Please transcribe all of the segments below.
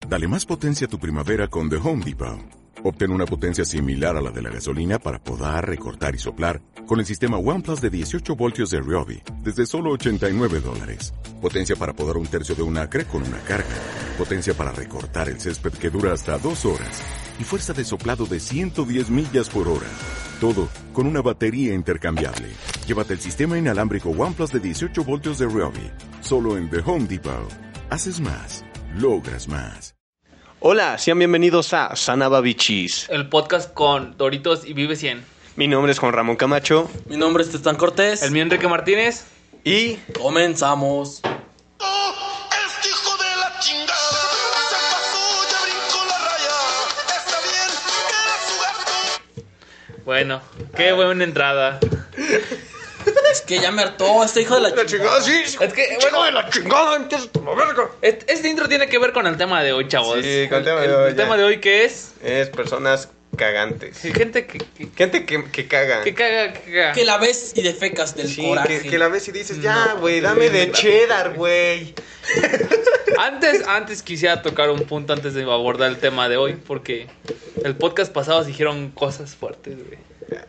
Dale más potencia a tu primavera con The Home Depot. Obtén una potencia similar a la de la gasolina para podar, recortar y soplar con el sistema OnePlus de 18 voltios de Ryobi desde solo $89. Potencia para podar un tercio de un acre con una carga. Potencia para recortar el césped que dura hasta 2 horas. Y fuerza de soplado de 110 millas por hora. Todo con una batería intercambiable. Llévate el sistema inalámbrico OnePlus de 18 voltios de Ryobi. Solo en The Home Depot. Haces más. Logras más. Hola, sean bienvenidos a Sana Babichis. El podcast con Doritos y Vive 100. Mi nombre es Juan Ramón Camacho. Mi nombre es Testán Cortés. El mío Enrique Martínez. Y comenzamos. Este hijo de la chingada se pasó, ya brincó la raya. Está bien, que era su gato. Bueno, qué buena entrada. Es que ya me hartó este hijo de la chingada. sí, Es que, bueno, de la chingada, empieza la verga. este intro tiene que ver con el tema de hoy, chavos. Sí, con el tema de hoy, El tema ya. de hoy, ¿qué es? Es personas cagantes. Gente que Gente que caga. caga. Que la ves y defecas del Sí, coraje. que la ves y dices, ya, güey, dame de cheddar, güey. Antes quisiera tocar un punto antes de abordar el tema de hoy, porque el podcast pasado se dijeron cosas fuertes, güey.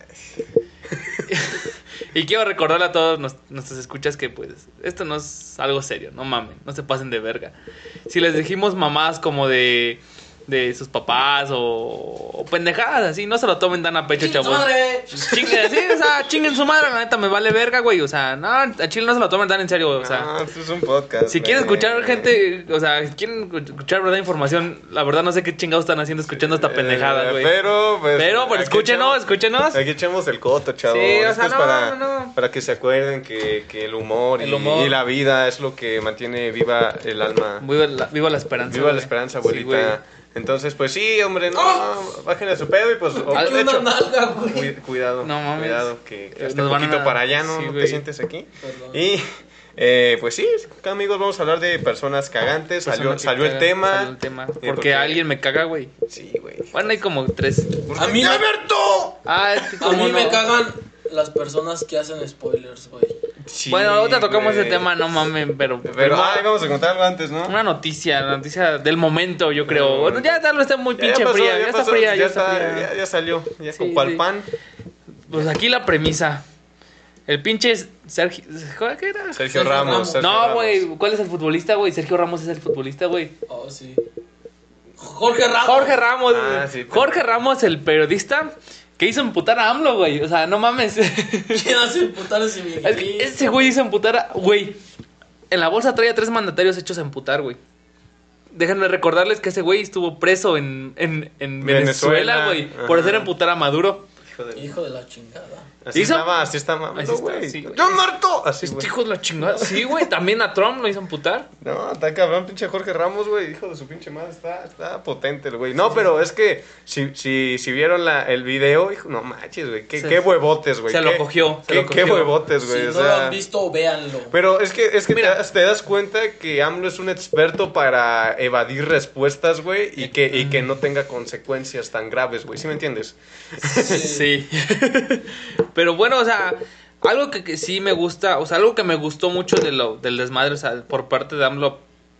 Y quiero recordarle a todos nuestros escuchas que pues esto no es algo serio, no mamen, no se pasen de verga. Si les dijimos mamás como de sus papás o pendejadas así, no se lo tomen tan a pecho, ¡Chingue su chavos. madre! Chinguen, sí, o sea, chinguen su madre, la neta me vale verga, güey. O sea, no, a Chile no se lo tomen tan en serio, o sea. No, esto es un podcast. Si quieren güey. escuchar gente, o sea, si quieren escuchar verdad información, la verdad no sé qué chingados están haciendo escuchando esta pendejada, güey. Pero, pues, aquí escúchenos, echamos- escúchenos. Aquí echamos el coto, chavos. Sí, o sea, Esto es no, no. para que se acuerden que el humor, El humor. y la vida es lo que mantiene viva el alma. Viva la esperanza. Viva la güey. esperanza, Sí, abuelita. Entonces, pues sí, hombre, no, bájenle a su pedo y pues, Aquí de una hecho, nalga, güey. cuidado, No mames. cuidado, que esté Nos un van poquito a- para allá, ¿no? sí, No te güey. sientes aquí. Perdón. Y, pues sí, acá, amigos, vamos a hablar de personas cagantes. Persona que Salió el caga, tema. salió el tema. Sí, Porque alguien me caga, güey. Sí, güey. Bueno, hay como 3. A mí, ¡Ya me hartó! Ah, a mí me no. cagan las personas que hacen spoilers, güey. Sí, Bueno, ahorita tocamos güey. ese tema, no mamen, pero Pero, vamos a contar algo antes, ¿no? una noticia, la noticia del momento, yo creo. Bueno, ya tal vez está muy pinche pasó, fría, ya está pasó, fría, ya está, está fría. ya salió, ya Sí, con cual sí. pan. Pues aquí la premisa. El pinche Sergio, ¿qué era? Sergio Ramos. Sergio No, Ramos. güey, ¿cuál es el futbolista, güey? Sergio Ramos es el futbolista, güey. Oh, sí. Jorge Ramos. Jorge Ramos, Ah, güey. sí, Jorge Ramos, el periodista que hizo emputar a AMLO, güey. O sea, no mames. ¿Quién hace emputar a ese Es que Miguelito? ese güey hizo emputar a... Güey, en la bolsa traía 3 mandatarios hechos a emputar, güey. Déjenme recordarles que ese güey estuvo preso en Venezuela, güey. Por Ajá. hacer emputar a Maduro. Hijo de la chingada. Así ¿Hizo? estaba, así estaba. Así No, está, güey. sí, güey. ¡Yo muerto! Así, Este güey. hijo de la chingada. Sí, güey, también a Trump lo hizo emputar. No, está cabrón, pinche Jorge Ramos, güey. Hijo de su pinche madre. Está potente el güey. No, pero es que si vieron el video, hijo, no manches, güey. Qué huevotes, güey. Se lo qué- cogió, se Qué, lo cogió. qué huevotes, güey. Si o no lo sea, han visto, véanlo. Pero es que Mira. te das cuenta que AMLO es un experto para evadir respuestas, güey, y que no tenga consecuencias tan graves, güey. ¿Sí me entiendes? Sí. Pero bueno, o sea, algo que sí me gusta, o sea, algo que me gustó mucho del desmadre, o sea, por parte de AMLO,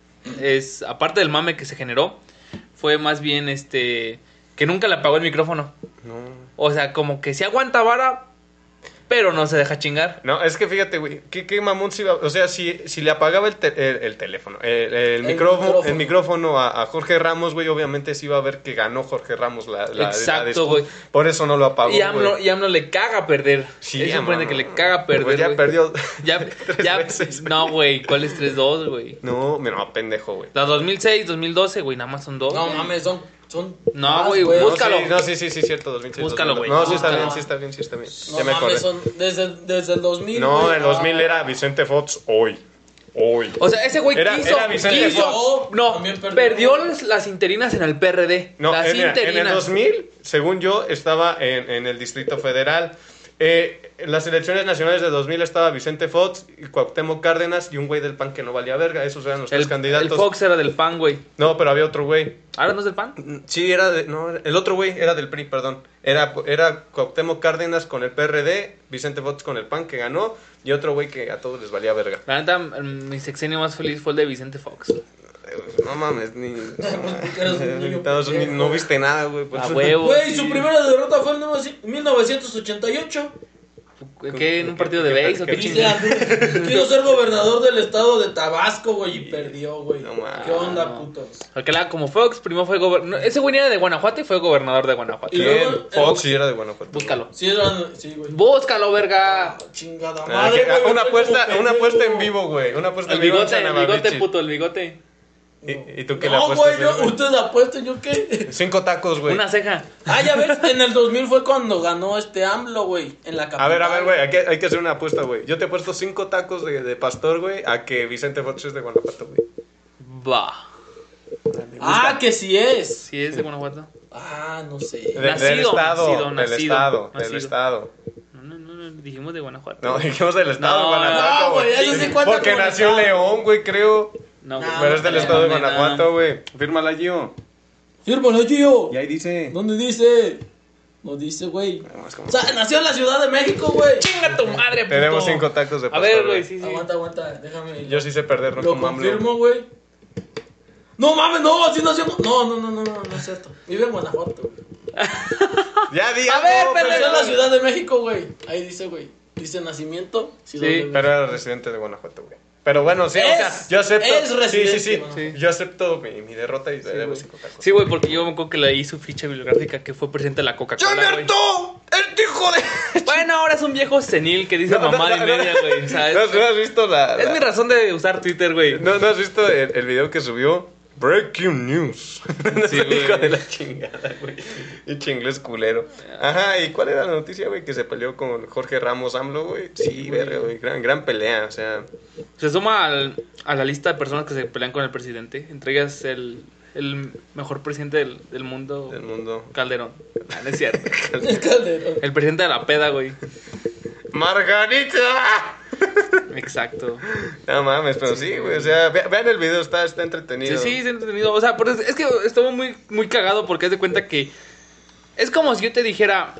es, aparte del mame que se generó, fue más bien que nunca le apagó el micrófono. No. O sea, como que sí aguanta vara, pero no se deja chingar. No, es que fíjate, güey, qué mamón se iba. O sea, si le apagaba el teléfono, el micrófono a Jorge Ramos, güey, obviamente sí iba a ver que ganó Jorge Ramos la Exacto, disputa. güey. Por eso no lo apagó, Y AMLO, güey. le caga perder. Sí, Él sorprende que le caga perder. Pues ya güey. perdió. Ya, tres veces. no, güey, ¿cuál es 3-2, güey? No, pendejo, güey. La 2006, 2012, güey, nada más son 2. No mames, son No, más, güey, No, búscalo. sí, cierto, 2006. Búscalo, 2002. güey. No, sí está Búscalo. bien, sí está bien, sí está bien. No Ya me acordé. mames, son desde el 2000. No, güey. en 2000 era Vicente Fox hoy. O sea, ese güey Era Vicente Fox. No, También perdió las interinas en el PRD. No, las en el interinas. 2000, según yo, estaba en el Distrito Federal. En las elecciones nacionales de 2000 estaba Vicente Fox y Cuauhtémoc Cárdenas y un güey del PAN que no valía verga. Esos eran los tres El candidatos. Fox era del PAN, güey. No, pero había otro güey. ¿Ahora no es del PAN? Sí, no, el otro güey era del PRI, perdón. Era Cuauhtémoc Cárdenas con el PRD, Vicente Fox con el PAN que ganó y otro güey que a todos les valía verga. La neta, mi sexenio más feliz fue el de Vicente Fox. No mames, ni. Eres un niño pendejo. No viste nada, güey. por A eso- huevo. Güey, sí. su primera derrota fue en 1988. ¿Qué? ¿En un partido de béis o qué ¿Qué chingada? Quiso ser gobernador del estado de Tabasco, güey, y perdió, güey. No mames. ¿Qué onda, No. putos? Porque como Fox primero fue gobernador. Ese güey era de Guanajuato y fue gobernador de Guanajuato. Y ¿Quién? luego- Fox sí era de Guanajuato. Búscalo. Sí, eran, sí, güey. Búscalo, verga. Chingada Ah, madre, que- güey, una estoy apuesta, como una apuesta en pendejo. vivo, güey. Una apuesta El en vivo. en bigote, el bigote, Chanamavichis. puto, el bigote. ¿Y tú qué le No, apuestas? güey, güey? ustedes apuesten, ¿yo qué? 5 tacos, güey. Una ceja. Ah, ya ves, en el 2000 fue cuando ganó AMLO, güey, en la capital. A ver, güey, hay que hacer una apuesta, güey. Yo te he puesto 5 tacos de pastor, güey, a que Vicente Fox es de Guanajuato, güey. Va. Ah, que sí es. Sí, es de Guanajuato. Ah, no sé. Del Nacido, estado, nacido, del nacido, estado, nacido. del estado. No, dijimos de Guanajuato. No, dijimos del estado de No, Guanajuato, no, güey, eso sí cuenta Porque como nació en estado. León, güey, creo. No, No, Pero es del no, estado de no, Guanajuato, güey. Fírmala, Gio. Fírmalo, tío. Y ahí dice. ¿Dónde dice? No dice, güey. No, es como- O sea, nació en la Ciudad de México, güey. Chinga tu madre, puto. Tenemos 5 tacos de A pastor. ver, güey, sí, sí. Aguanta, déjame. Yo sí sé perder, no Lo como AMLO. confirmo, güey. No mames, no, así nació. No es cierto. Vive en Guanajuato, güey. Ya di A algo, ver, pero- Nació en la Ciudad de México, güey. Ahí dice, güey. Dice nacimiento. Ciudad Sí, de México. Pero era residente de Guanajuato, güey. Pero bueno, sí, o Es- sea, yo acepto. es residente, sí. bueno. Yo acepto mi derrota y le debo güey. 5 tacos. Sí, güey, porque yo me acuerdo que leí su ficha bibliográfica que fue presidente de la ¡Ya Coca-Cola, me güey. hartó! ¡El hijo de! Bueno, ahora es un viejo senil que dice mamada y media, güey. O sea, ¿No has visto es mi razón de usar Twitter, güey. ¿No has visto el video que subió? Breaking news. Sí, Es el hijo güey. de la chingada, güey. Y inglés culero. Ajá, ¿y cuál era la noticia, güey? Que se peleó con Jorge Ramos AMLO, güey. Sí, verga, güey. Gran pelea, o sea. Se suma a la lista de personas que se pelean con el presidente. Entre ellas el mejor presidente del mundo, Del mundo. Calderón. No es cierto. El Calderón. El presidente de la peda, güey. ¡Margarita! Exacto. No mames, pero sí, güey. O sea, vean el video, está Sí, entretenido. sí, es entretenido. O sea, pero es que estuvo muy, muy cagado porque haz de cuenta que es como si yo te dijera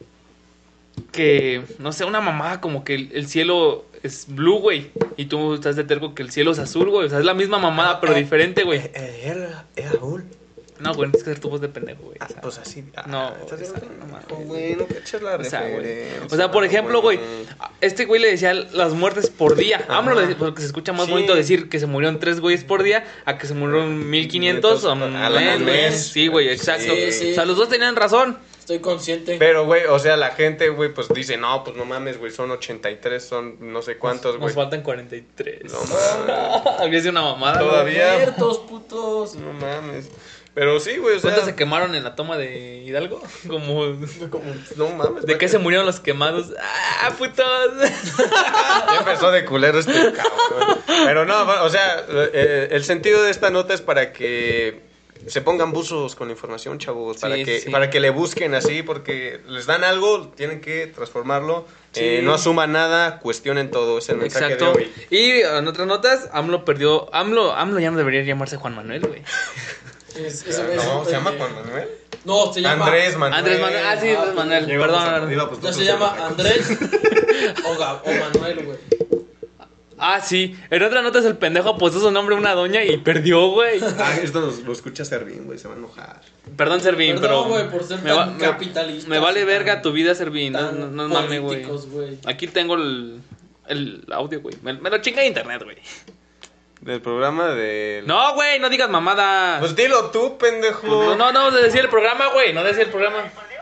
que, no sé, una mamá como que el cielo es blue, güey. Y tú estás de terco que el cielo es azul, güey. O sea, es la misma mamada, pero diferente, güey. Era azul. No, güey, tienes que hacer tu voz de pendejo, güey. O sea, Pues así. No, estás esa, bien, no mames. güey, no cachas la o sea, güey. referencia. O sea, por ejemplo, güey, este güey le decía las muertes por día. AMLO le decía, porque se escucha más Sí. bonito decir que se murieron 3 güeyes por día a que se murieron 1500 o al mes, güey. mes. Sí, güey, exacto. Sí, sí. O sea, los dos tenían razón. Estoy consciente. Pero, güey, o sea, la gente, güey, pues dice, no, pues no mames, güey, son 83, son no sé cuántos, güey. Nos faltan 43. No mames. Había sido una mamada. güey. Todavía. Muertos, putos. No mames. Pero sí, güey, o sea. ¿Cuántos se quemaron en la toma de Hidalgo? Como... No mames. ¿De qué se murieron los quemados? ¡Ah, putos! Ya empezó de culero este cabrón. Pero no, o sea, el sentido de esta nota es para que se pongan buzos con la información, chavos. Para, Sí, que, sí. para que le busquen así, porque les dan algo, tienen que transformarlo. Sí. No asuman nada, cuestionen todo. Es el mensaje Exacto. de hoy. Y en otras notas, AMLO perdió... AMLO ya no debería llamarse Juan Manuel, güey. No, ¿se llama Juan Manuel? No, se llama Andrés Manuel. Andrés Manuel. Ah, sí, Andrés Manuel. Perdón. pues, Ya se llama Andrés o Manuel, güey. Ah, sí. En otras notas el pendejo apostó su nombre a una doña y perdió, güey. Ah, esto lo escucha Servín, güey, se va a enojar. Perdón, Servín, Perdón, pero... güey, por ser me va- tan me- capitalista. Me vale tan- verga tu vida, Servín. No, tan no mames, güey. políticos, güey. Aquí tengo el audio, güey. Me lo chinga de internet, güey. Del programa de... No, güey, no digas mamada. Pues dilo tú, pendejo. No, de decir el programa, güey. No de decir el programa.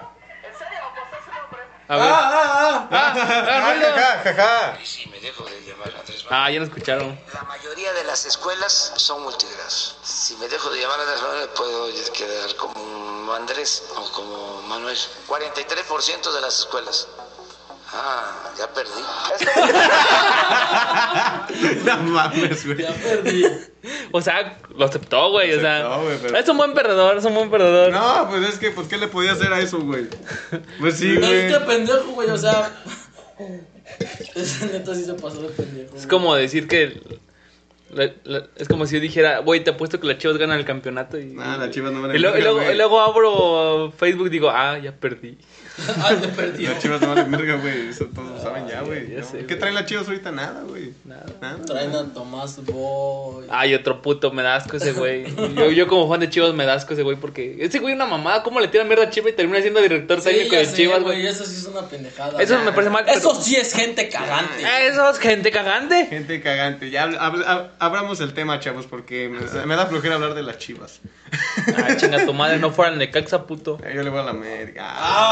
A ver. Ruido. Jaja. Si me dejo de llamar Andrés Manuel. Ah, ya lo escucharon. La mayoría de las escuelas son multigrados. Si me dejo de llamar Andrés Manuel, puedo quedar como Andrés o como Manuel. 43% de las escuelas. Ah, ya perdí. No mames, güey. Ya perdí. O sea, lo aceptó, güey. O sea, Aceptó, güey, pero- es un buen perdedor, es un buen perdedor. No, pues es que, pues, ¿qué le podía hacer a eso, güey? Pues sí, No, güey. este pendejo, güey, o sea. Ese neta sí se pasó de pendejo. Es güey. como decir que Es como si yo dijera, güey, te apuesto que las Chivas ganan el campeonato. Las Chivas no van a y luego abro Facebook y digo, ya perdí. Te perdí. Las Chivas no valen verga, güey. Eso todos saben ya, güey. ya sé, ¿Qué güey. traen las Chivas ahorita? Nada, güey. Nada. Traen a Tomás Boy. Ay, otro puto, me da asco ese güey. Yo como fan de Chivas me da asco ese güey porque ese güey es una mamada. ¿Cómo le tiran mierda a Chivas y termina siendo director técnico ya de sé, Chivas, güey? Eso sí es una pendejada. Eso me parece mal. Eso sí es gente cagante. Eso es gente cagante. Gente cagante. Ya abramos el tema, chavos, porque me da flojera hablar de las Chivas. Chinga tu madre, no fuera el Necaxa, puto. Yo le voy a la América.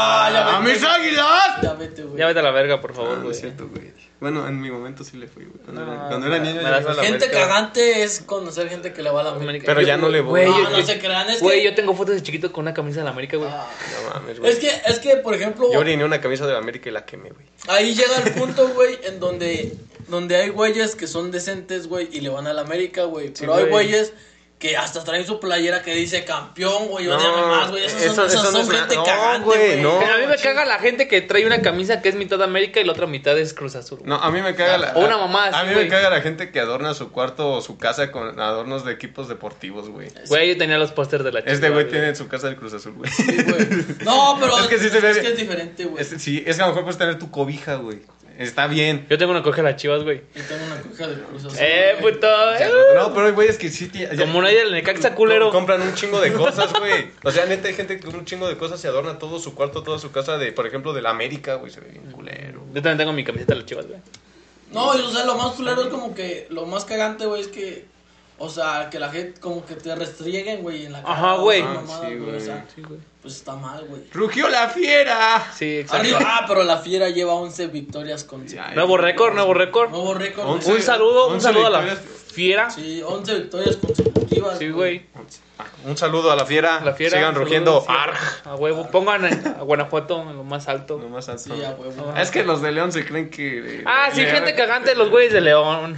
Ya ¡A vete. mis águilas! Ya vete, güey. Ya vete a la verga, por favor, No güey. es cierto, güey. Bueno, en mi momento sí le fui, güey. No, Cuando era niño me ya das le iba a la Gente América. cagante es conocer gente que le va a la América. Pero ya no le voy. Güey, No se crean, es Güey, que... yo tengo fotos de chiquito con una camisa de la América, güey. No mames, güey. Es que, por ejemplo, Yo oriné una camisa de la América y la quemé, güey. ahí llega el punto, güey, en donde hay güeyes que son decentes, güey, y le van a la América, güey. Pero hay güey. güeyes que hasta traen su playera que dice campeón, güey, No, odiame más, güey. Esos eso son no es gente no, cagante, güey, güey. no. A mí me caga la gente que trae una camisa que es mitad América y la otra mitad es Cruz Azul. No, a mí me caga la... O una mamá A así, mí güey. me caga la gente que adorna su cuarto o su casa con adornos de equipos deportivos, güey. Güey, yo tenía los pósters de la Chivas. Este güey tiene en su casa el Cruz Azul, güey. Sí, güey. No, pero Es que sí se ve es que bien. es diferente, güey. Sí, es que a lo mejor puedes tener tu cobija, güey. Está bien. Yo tengo una coja de las Chivas, güey. Yo tengo una coja de Cruz Azul. güey. Puto. No, pero hay güeyes que sí... Como no hay del Necaxa, culero. Compran un chingo de cosas, güey. O sea, neta, hay gente que compra un chingo de cosas y adorna todo su cuarto, toda su casa de, por ejemplo, de la América, güey. Se ve bien culero. Yo también tengo mi camiseta de las Chivas, güey. No, y o sea, lo más culero es como que lo más cagante, güey, es que, o sea, que la gente como que te restrieguen, güey, en la cara. Ajá, güey. o sea, mamadas, Sí, güey, o güey. sea, Sí, güey. pues está mal, güey. ¡Rugió la fiera! Sí, exacto. Arriba, pero la Fiera lleva 11 victorias consecutivas. Nuevo récord, nuevo récord. Nuevo récord. 11. Un saludo a 11 la victorias. fiera. Sí, 11 victorias consecutivas. Sí, güey. Un saludo a la fiera. La fiera. Sigan rugiendo. saludos, sí. A huevo. Pongan a Guanajuato en lo más alto. No más alto. Sí, a huevo. Es que los de León se creen que... Sí, gente cagante, los güeyes de León.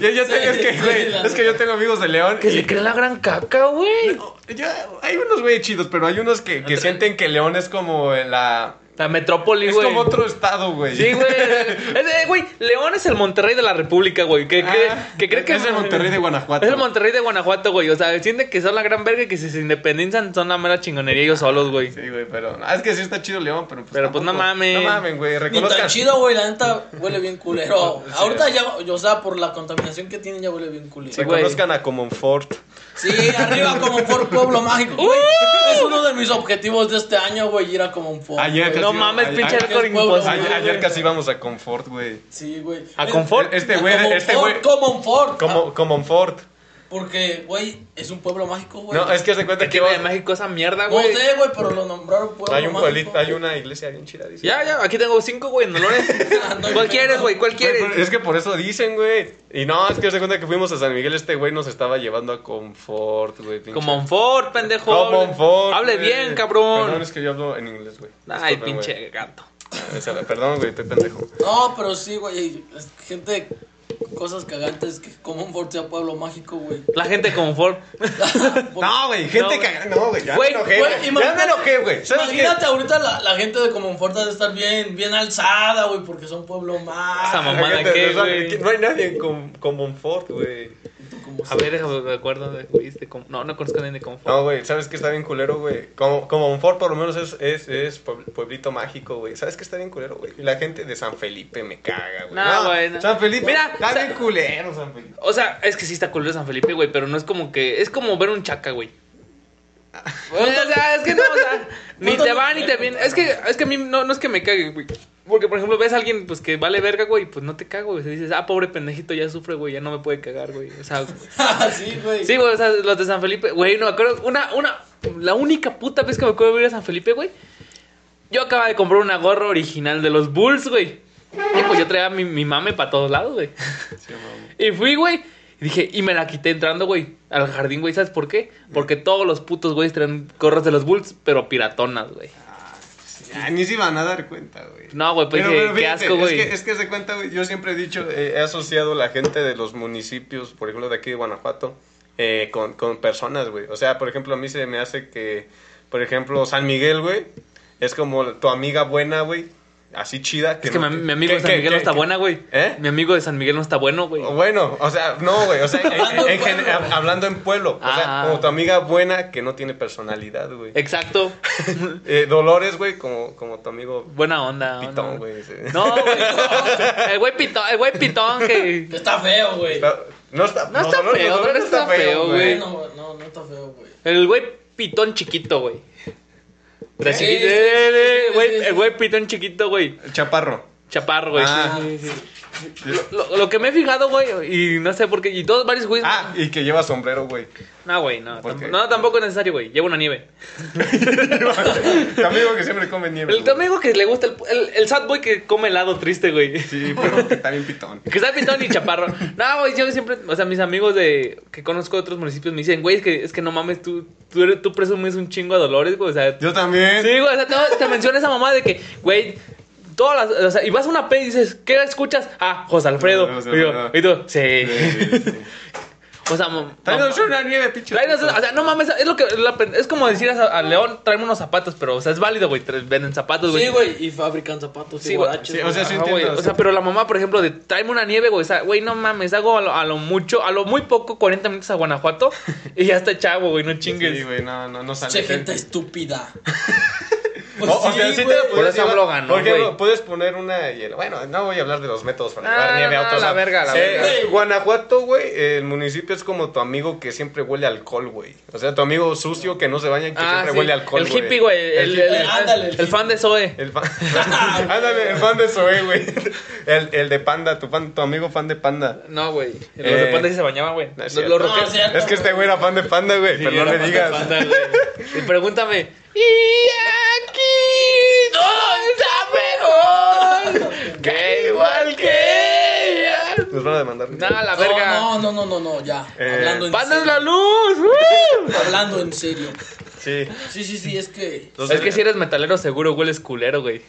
Es que yo tengo amigos de León. Que se creen la gran caca, güey. Hay unos güeyes chidos, pero hay unos que sienten que León es como la... La metrópoli, Es güey. como otro estado, güey. Sí, güey. Güey, León es el Monterrey de la República, güey. Que cree que es el Monterrey de Guanajuato. Es el Monterrey de Guanajuato, güey. O sea, sienten que son la gran verga y que si se independizan son la mera chingonería ellos solos, güey. Sí, güey, pero... es que sí está chido León, pero pues... Pero, pues, no mames. No mamen, güey. Ni tan Reconozcan... chido, güey, la neta huele bien culero. Sí. Ahorita ya, o sea, por la contaminación que tienen ya huele bien culero. Sí, güey. Reconozcan a Comonfort. Sí, arriba como por Pueblo Mágico, güey. Es uno de mis objetivos de este año, güey, ir a como un Ford. Ayer güey. No mames, pinche ayer- récord pueblo, imposible. güey. Ayer casi íbamos a Confort, güey. Sí, güey. ¿A Confort? Este güey... Como un Ford. Comonfort. Porque, güey, es un pueblo mágico, güey. No, es que se cuenta Que que... de México esa mierda, No güey. sé, güey, pero lo nombraron pueblo Hay un mágico. pueblito, hay una iglesia bien chida, dice. Ya, aquí tengo 5, güey, en Dolores. No hay ¿Cuál pedo. quieres, güey? ¿Cuál quieres? Es que por eso dicen, güey. Y no, es que se cuenta que fuimos a San Miguel, este güey nos estaba llevando a Confort, güey. pinche. Como un Ford, pendejo. Comonfort. Hable güey. bien, cabrón. Perdón, es que yo hablo en inglés, güey. Ay, Disculpen, pinche güey. gato. Perdón, güey, estoy pendejo. No, pero sí, güey. Gente, cosas cagantes que como un Ford sea pueblo mágico, güey. La gente como Ford. No, güey, gente No, cagada. No, güey, ya Güey, me enojé. güey, Ya imagínate- me enojé, güey. ¿Sabes qué? Imagínate ahorita la gente de Comonfort ha de estar bien alzada, güey, porque son pueblo Esa mágico. mamada Gente, que, o sea, güey. no hay nadie con Comonfort, güey. A ver, déjame me acuerdo de ¿viste? No conozco a nadie de Confort. No, güey, ¿sabes qué está bien culero, güey? Como Monfort por lo menos es pueblito mágico, güey. ¿Sabes qué está bien culero, güey? Y la gente de San Felipe me caga, güey. No, güey, no. San Felipe, Mira, está o sea- bien culero San Felipe. O sea, es que sí está culero San Felipe, güey, pero no es como que... Es como ver un chaca, güey. O sea, es que no, o sea, ni te va ni te viene. Es que a mí no es que me cague, güey. Porque, por ejemplo, ves a alguien pues que vale verga, güey, pues no te cago, güey. Dices, pobre pendejito, ya sufre, güey, ya no me puede cagar, güey. O sea, Sí, güey. sí, güey, o sea, los de San Felipe, güey, no me acuerdo. La única puta vez que me acuerdo de ir a San Felipe, güey. Yo acababa de comprar una gorra original de los Bulls, güey. Y pues yo traía mi mame para todos lados, güey. Y fui, güey. Y dije, y me la quité entrando, güey, al jardín, güey. ¿Sabes por qué? Porque todos los putos, güeyes traen gorras de los Bulls, pero piratonas, güey. Ni se iban a dar cuenta, güey. No, güey, pues Pero qué fíjate, asco, güey. Es que se cuenta, güey. Yo siempre he dicho, he asociado la gente de los municipios, por ejemplo, de aquí de Guanajuato, con personas, güey. O sea, por ejemplo, a mí se me hace que, por ejemplo, San Miguel, güey, es como tu amiga buena, güey. así chida. Es que mi amigo de San Miguel no está buena, güey. ¿Eh? Mi amigo de San Miguel no está bueno, güey. Bueno, o sea, no, güey. O sea, hablando en pueblo. O sea, como tu amiga buena que no tiene personalidad, güey. Exacto. Dolores, güey, como tu amigo Buena onda. Pitón, güey. Sí. No, güey. El güey Pitón que... Está feo, güey. No está feo, Dolores no está feo, güey. No está feo, güey. El güey Pitón chiquito, güey. Sí, sí, El güey Pitón chiquito, güey. Chaparro. Chaparro, güey. Ah. Sí. Lo que me he fijado, güey, y no sé por qué, y todos varios güeyes... Y que lleva sombrero, güey. No, güey, no. ¿Por qué? No, tampoco es necesario, güey. Lleva una nieve. Tu amigo que siempre come nieve. Tu amigo que le gusta el sad boy que come helado triste, güey. Sí, pero que está bien pitón. Que está pitón y chaparro. No, güey, yo siempre, o sea, mis amigos que conozco de otros municipios me dicen, güey, es que no mames, tú presumes un chingo a Dolores, güey, o sea. Yo también. Sí, güey, o sea, te menciona esa mamá de que, güey, o sea, y vas a una peda y dices, ¿qué escuchas? José Alfredo. Y tú, sí. O sea, tráenos una nieve, pinche. O sea, no mames, es lo que es como decir a León, tráeme unos zapatos, pero o sea, es válido, güey, venden zapatos, güey. Sí, güey, y fabrican zapatos, sí, y güey. guaraches, Sí, o sea, sí Ajá, güey. entiendo. O sea, pero la mamá, por ejemplo, de tráeme una nieve, güey, o sea, güey, no mames, hago a lo muy poco 40 minutos a Guanajuato y ya está chavo, güey, no chingues. Sí, güey, no sale. Che, gente estúpida. Pues o sea, sí te la Por puedes eso AMLO ganó, Por ejemplo, güey. puedes poner una hielo. Bueno, no voy a hablar de los métodos para llevar nieve a otros la lados. verga, la verga. Guanajuato, güey, el municipio es como tu amigo que siempre huele a alcohol, güey. O sea, tu amigo sucio que no se baña, que siempre sí. huele a alcohol, El hippie, güey. Ándale, El fan de Zoe. Ándale, el fan de Zoe, güey. El de Panda, tu amigo fan de Panda. No, güey. Los de Panda sí se bañaban, güey. No es Los cierto. rockeros. No, cierto, Es que este güey era fan de Panda, güey, Sí, pero no era le fan de digas. Panda, güey. Y pregúntame. Y aquí todo está mejor. Que igual que ella. Nos van a demandar. Nada, la verga. No, ya. Hablando en ¡Panda es serio. la luz! Hablando en serio. Sí. Sí, es que... Es que si eres metalero seguro hueles culero, güey.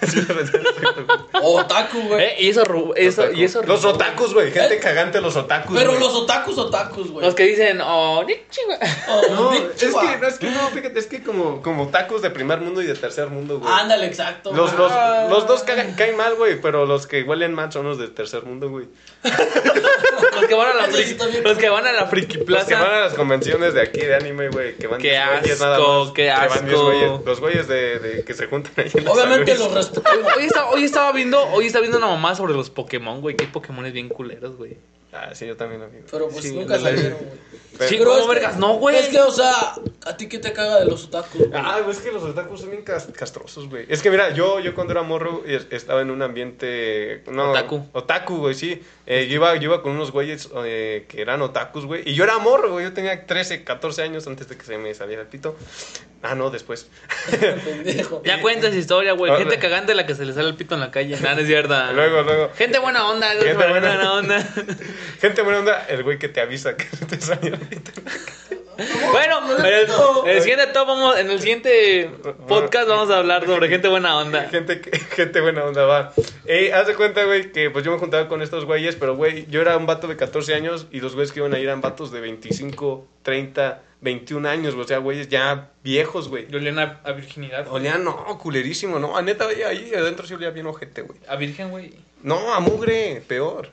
Otaku, güey. Y eso Los otakus, güey. Gente cagante, los otakus. Pero güey. los otakus, güey. Los que dicen, oh, ni chinga. No, Nichiwa. no, fíjate, es que como otakus de primer mundo y de tercer mundo, güey. Ándale, exacto. Los dos caen mal, güey, pero los que huelen mal son los de tercer mundo, güey. Los que van a la Eso friki, está bien. los que van a la friki Los que van plaza. a las convenciones de aquí de anime, güey, que van Qué 10 güeyes nada asco, más. qué Que van 10 asco. güeyes. Los güeyes de que se juntan ahí en la Obviamente sala, los güey. respeto. Hoy estaba viendo una mamá sobre los Pokémon, güey. Que hay Pokémones bien culeros, güey. Ah, sí, yo también, amigo. Pero pues Sí, nunca ándale. salieron, güey. Pero- Sí, Pero ¿cómo es que- vergas? No, güey. Es que, o sea, ¿a ti qué te caga de los otakus, güey? Ah, pues es que los otakus son bien castrosos, güey. Es que mira, yo cuando era morro estaba en un ambiente... No, Otaku, güey, sí. Yo iba con unos güeyes que eran otakus, güey. Y yo era morro, güey. Yo tenía 13, 14 años antes de que se me saliera el pito. Ah, no, después. Pendejo. Ya cuentas historia, güey. Ah, Gente no. cagante la que se le sale el pito en la calle. Nada, no es cierto. Luego. Gente buena onda, Gente buena onda. Gente buena onda, el güey que te avisa que se te salió el pito. Bueno, en el siguiente podcast vamos a hablar sobre gente buena onda. Gente buena onda, va. Haz de cuenta, güey, que pues yo me juntaba con estos güeyes, pero, güey, yo era un vato de 14 años y los güeyes que iban a ir eran vatos de 25, 30, 21 años, o sea, güeyes ya viejos, güey. Yo olían a virginidad. Olían, no, culerísimo, no, neta, güey, ahí adentro sí olía bien ojete, güey. A virgen, güey. No, a mugre, peor.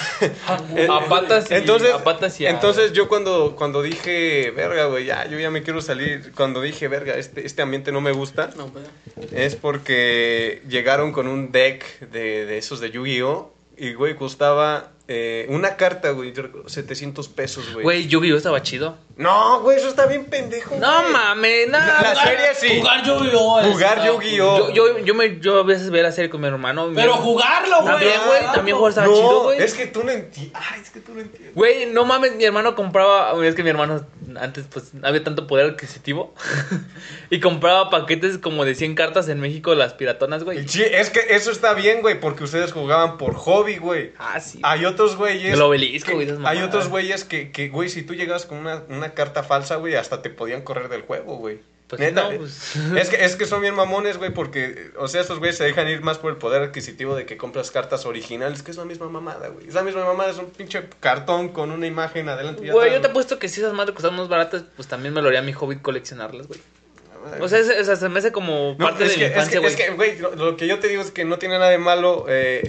A patas y Entonces yo cuando dije, verga, güey, yo ya me quiero salir, cuando dije, verga, este ambiente no me gusta, No, pero... es porque llegaron con un deck de esos de Yu-Gi-Oh! Y, güey, costaba una carta, güey, yo recuerdo, 700 pesos, güey. Güey, Yu-Gi-Oh estaba chido. No, güey, eso está bien pendejo, No güey. mames, La nada. serie sí. Jugar Yu-Gi-Oh! Jugar Yu-Gi-Oh! Yo a veces veía la serie con mi hermano. Pero jugarlo, güey. También, güey, también jugar estaba No, chido, güey. es que tú no entiendes. Ay, es que tú no entiendes. Güey, no mames, mi hermano compraba. Es que mi hermano antes, pues, no había tanto poder adquisitivo. Y compraba paquetes como de 100 cartas en México, las piratonas, güey. Sí, es que eso está bien, güey, porque ustedes jugaban por hobby, güey. Ah, sí. Hay otros güeyes. El obelisco, güey, esas Hay mamadas. otros güeyes que, güey, si tú llegabas con una carta falsa, güey, hasta te podían correr del juego, güey. Pues Neta, no, pues. es que son bien mamones, güey, porque, o sea, estos güeyes se dejan ir más por el poder adquisitivo de que compras cartas originales, que es la misma mamada, güey. Es la misma mamada, es un pinche cartón con una imagen adelante y Güey, atrás, yo te apuesto que si esas madres costaban más baratas, pues también me lo haría mi hobby coleccionarlas, güey. O sea, se me hace como parte de la infancia, güey. Es que, güey, lo que yo te digo es que no tiene nada de malo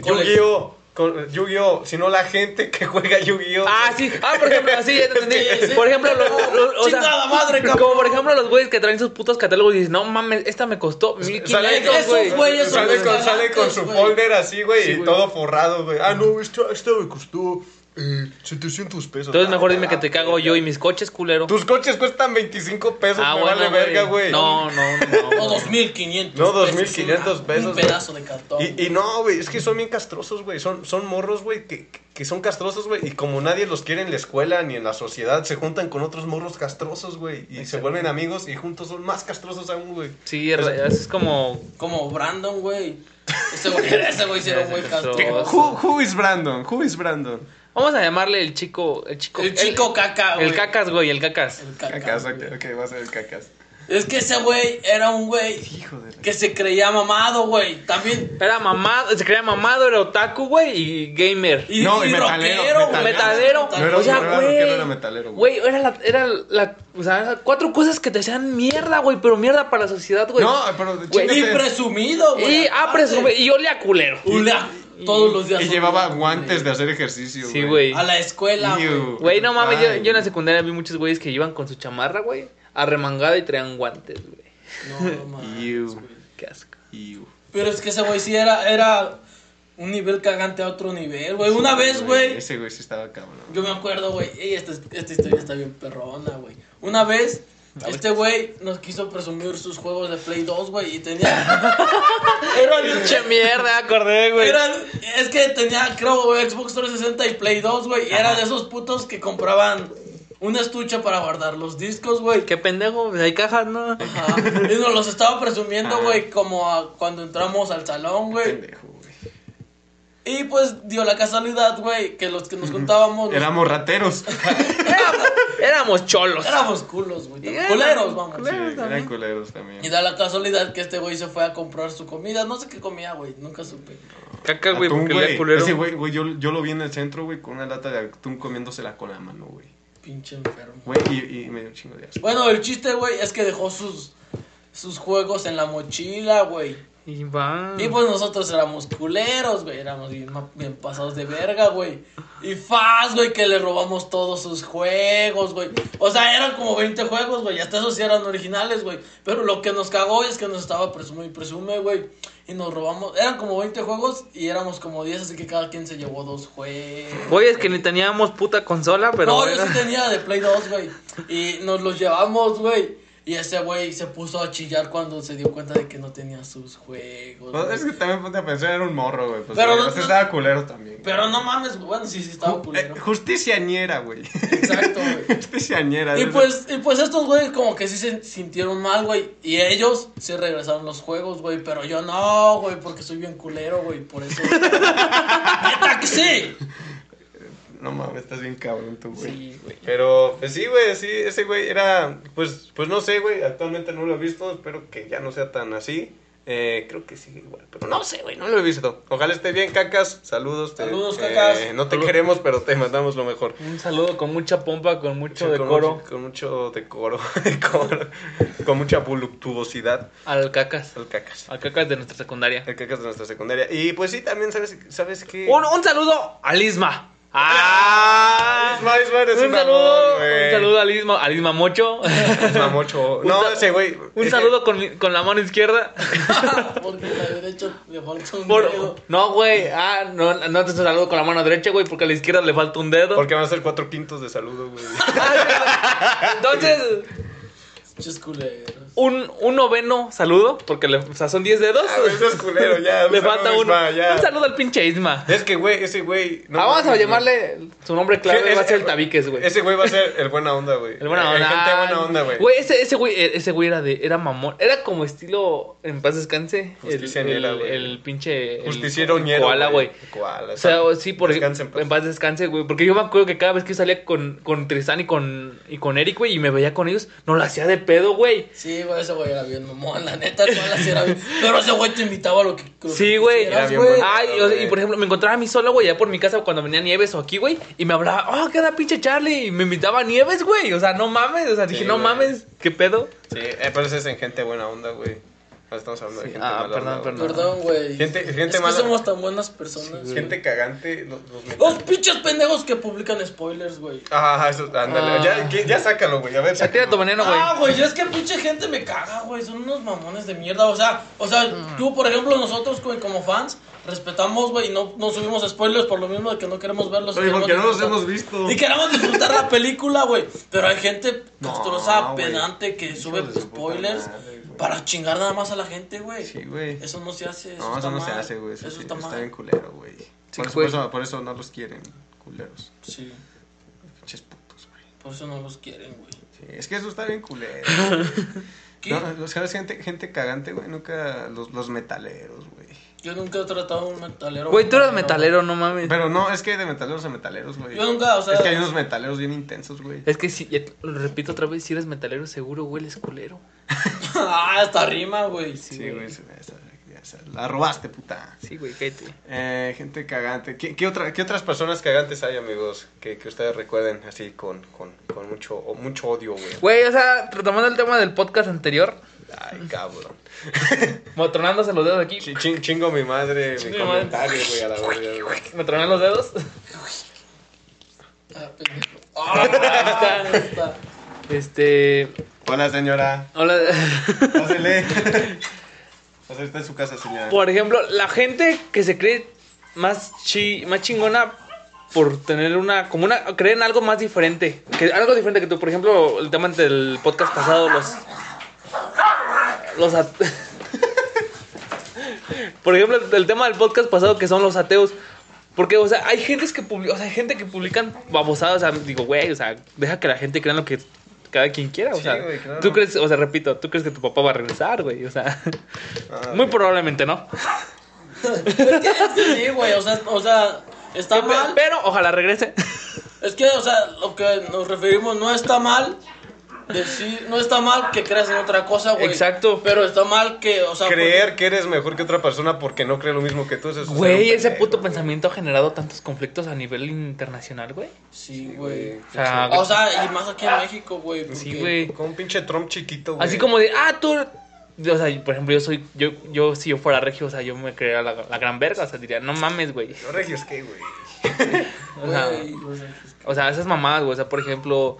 Yu-Gi-Oh! Sino la gente que juega Yu-Gi-Oh! Sí. Por ejemplo, así, ya te entendí. Por ejemplo, o sea, chingada madre, cabrón. como por ejemplo los güeyes que traen sus putos catálogos y dicen, no mames, esta me costó 1500, güey. Sale con su folder así, güey, y todo forrado, güey. No, esta me costó 700 pesos. Entonces mejor dime que te cago yo y mis coches, culero. Tus coches cuestan 25 pesos, me vale verga, güey. No. O 2,500. No, 2,500 pesos. Un pedazo de cartón. Y no, güey, es que son bien castrosos, güey. Son morros, güey, que son castrosos, güey. Y como nadie los quiere en la escuela ni en la sociedad, se juntan con otros morros castrosos, güey. Y se vuelven amigos y juntos son más castrosos aún, güey. Sí, es como... Como Brandon, güey. Ese güey sí era muy castroso. Who is Brandon? Vamos a llamarle el chico caca, güey. El cacas, güey, el cacas. Cacas, ok, va a ser el cacas. Es que ese güey era un güey que se creía mamado, güey. También. Era mamado, se creía mamado, era otaku, güey, y gamer. Y metalero. O sea, güey. Era metalero, güey. O sea, 4 cosas que te hacían mierda, güey, pero mierda para la sociedad, güey. No, pero y presumido, güey. Y olía culero. Todos los días. Y llevaba guantes de hacer ejercicio, sí, güey. A la escuela, güey. No mames, yo en la secundaria vi muchos güeyes que iban con su chamarra, güey, arremangada y traían guantes, güey. No mames, qué asco. Pero es que ese güey sí era un nivel cagante a otro nivel, güey. Una vez, güey. Ese güey sí estaba cabrón. Yo me acuerdo, güey. Esta historia está bien perrona, güey. Una vez, este güey nos quiso presumir sus juegos de Play 2, güey. Y tenía. Pinche mierda, acordé, güey. Es que tenía, creo, güey, Xbox 360 y Play 2, güey. Y era de esos putos que compraban un estuche para guardar los discos, güey. Qué pendejo, hay cajas, ¿no? Ajá. Y nos los estaba presumiendo, güey, como cuando entramos al salón, güey. Pendejo, güey. Y pues dio la casualidad, güey, que los que nos juntábamos. Éramos rateros. Éramos cholos. Éramos culos, güey. Culeros, vamos. Sí, eran culeros también. Y da la casualidad que este güey se fue a comprar su comida. No sé qué comía, güey. Nunca supe. Caca, güey, porque güey. le culero. Ese güey, yo lo vi en el centro, güey, con una lata de atún comiéndosela con la mano, güey. Pinche enfermo. Güey, y me dio un chingo de asco. Bueno, el chiste, güey, es que dejó sus juegos en la mochila, güey. Y pues nosotros éramos culeros, güey. Éramos bien pasados de verga, güey. Y güey, que le robamos todos sus juegos, güey. O sea, eran como 20 juegos, güey. Hasta esos sí eran originales, güey. Pero lo que nos cagó es que nos estaba presume, güey. Y nos robamos. Eran como 20 juegos y éramos como 10, así que cada quien se llevó 2 juegos. Güey, es que ni teníamos puta consola, pero. No, yo sí tenía de Play 2, güey. Y nos los llevamos, güey. Y ese güey se puso a chillar cuando se dio cuenta de que no tenía sus juegos. Pues es que también ponte a pensar, era un morro, güey. Pues pero estaba culero también. Pero no mames, bueno, sí estaba culero. Justiciañera, güey. Exacto, güey. Justiciañera. Y pues estos güeyes como que sí se sintieron mal, güey. Y ellos sí regresaron los juegos, güey. Pero yo no, güey, porque soy bien culero, güey. Por eso. ¡Neta que sí! No mames, estás bien cabrón tú, güey. Sí, güey. Pero, pues sí, güey, sí, ese güey era, pues no sé, güey, actualmente no lo he visto, espero que ya no sea tan así. Creo que sí, igual, pero no sé, güey, no lo he visto. Ojalá esté bien, Cacas, saludos. Saludos, Cacas. No te queremos, pero te mandamos lo mejor. Un saludo con mucha pompa, con mucho decoro. Con mucho decoro, con mucha voluptuosidad. Al Cacas. Al Cacas. Al Cacas de nuestra secundaria. El Cacas de nuestra secundaria. Y pues sí, también, ¿sabes qué? Un saludo al Isma. Isma, eres un saludo al Isma Mocho. Isma Mocho. No, ese güey. Un saludo con la mano izquierda. Porque la derecha le falta un dedo. No, güey. No te saludo con la mano derecha, güey, porque a la izquierda le falta un dedo. Porque van a ser 4/5 de saludo, güey. Entonces, culeros. Un noveno saludo, porque son 10 dedos. Eso es culero, ya. Le falta uno. Ya. Un saludo al pinche Isma. Es que, güey, ese güey. No vamos a llamarle su nombre clave, va a ser el Tabiques, güey. Ese güey va a ser el buena onda, güey. El buena onda. Gente buena onda, güey. Güey, ese güey era mamón. Era como estilo, en paz descanse, el pinche. Justiciero ñero. Koala, güey. Koala. O sea, sí, en paz descanse, güey. Porque yo me acuerdo que cada vez que yo salía con Tristán y con Eric, güey, y me veía con ellos, no lo hacía de pedo, güey. Sí, Sí, güey, ese güey era bien mamón, la neta, sí era bien. Pero ese güey te invitaba a lo que sí, güey. Ay, güey. y por ejemplo, me encontraba a mí solo, güey, allá por mi casa cuando venía Nieves o aquí, güey, y me hablaba, oh, ¿qué da pinche Charlie? Y me invitaba a Nieves, güey. O sea, no mames, o sea, dije, no mames, ¿qué pedo? Sí, pero eso es en gente buena onda, güey. Estamos hablando de gente mala onda, Perdón, güey. Gente es mala. que somos tan buenas personas. Sí, gente cagante. Los pinches pendejos que publican spoilers, güey. Ajá, eso, ándale. Ya sácalo, güey. A ver, tira tu veneno, güey. Güey, es que pinche gente me caga, güey. Son unos mamones de mierda. O sea, tú, por ejemplo, nosotros, güey, como fans, respetamos, güey, y no subimos spoilers por lo mismo de que no queremos verlos. Oye, porque no los hemos visto. Y queremos disfrutar la película, güey. Pero hay gente castrosa, pedante, que sube spoilers. Para chingar nada más a la gente, güey. Sí, güey. Eso no se hace. No, eso no se hace, güey. Eso está mal. Está bien culero, güey. Sí, por eso no los quieren, culeros. Sí. Pinches putos, güey. Por eso no los quieren, güey. Sí, es que eso está bien culero. ¿Qué? No, ¿sabes? Gente cagante, güey. Nunca los metaleros, güey. Yo nunca he tratado a un metalero. Güey, tú eres metalero, no mames. Pero no, es que hay de metaleros a metaleros, güey. Yo nunca, o sea. Es que hay unos metaleros bien intensos, güey. Es que si, lo repito otra vez, si eres metalero, seguro hueles culero. Esta rima, güey. Sí, güey. La robaste, puta. Sí, güey, cállate. Gente cagante. ¿Qué otras personas cagantes hay, amigos? Que ustedes recuerden así con mucho odio, güey. Güey, o sea, retomando el tema del podcast anterior. Ay, cabrón. Motronándose los dedos aquí. Chingo mi madre, mi comentario, güey, a la verga, güey. ¿Me tronan los dedos? Ahí está. Hola, señora. Hola. Pásele. Pásele, está en su casa, señora. Por ejemplo, la gente que se cree más chingona por tener creen algo más diferente. Algo diferente que tú. Por ejemplo, el tema del podcast pasado, por ejemplo, el tema del podcast pasado que son los ateos. Porque, o sea, hay gente que publican babosadas. O sea, digo, güey, o sea, deja que la gente crea lo que cada quien quiera. O sea, güey, claro. tú crees, o sea, repito, tú crees que tu papá va a regresar, güey. O sea, muy probablemente no. Es que sí, güey, o sea, está mal. Pero ojalá regrese. Es que, o sea, lo que nos referimos no está mal. No está mal que creas en otra cosa, güey. Exacto. Pero está mal que, o sea, creer que eres mejor que otra persona porque no cree lo mismo que tú. Güey, ese puto pensamiento ha generado tantos conflictos a nivel internacional, güey. Sí, güey. O sea, y más aquí en México, güey. Sí, güey. Con un pinche Trump chiquito, güey. Así como de, tú... O sea, por ejemplo, yo si yo fuera regio, o sea, yo me creería la gran verga. O sea, diría, no mames, güey. ¿Los regios qué, güey? O sea, esas mamadas, güey. O sea, por ejemplo,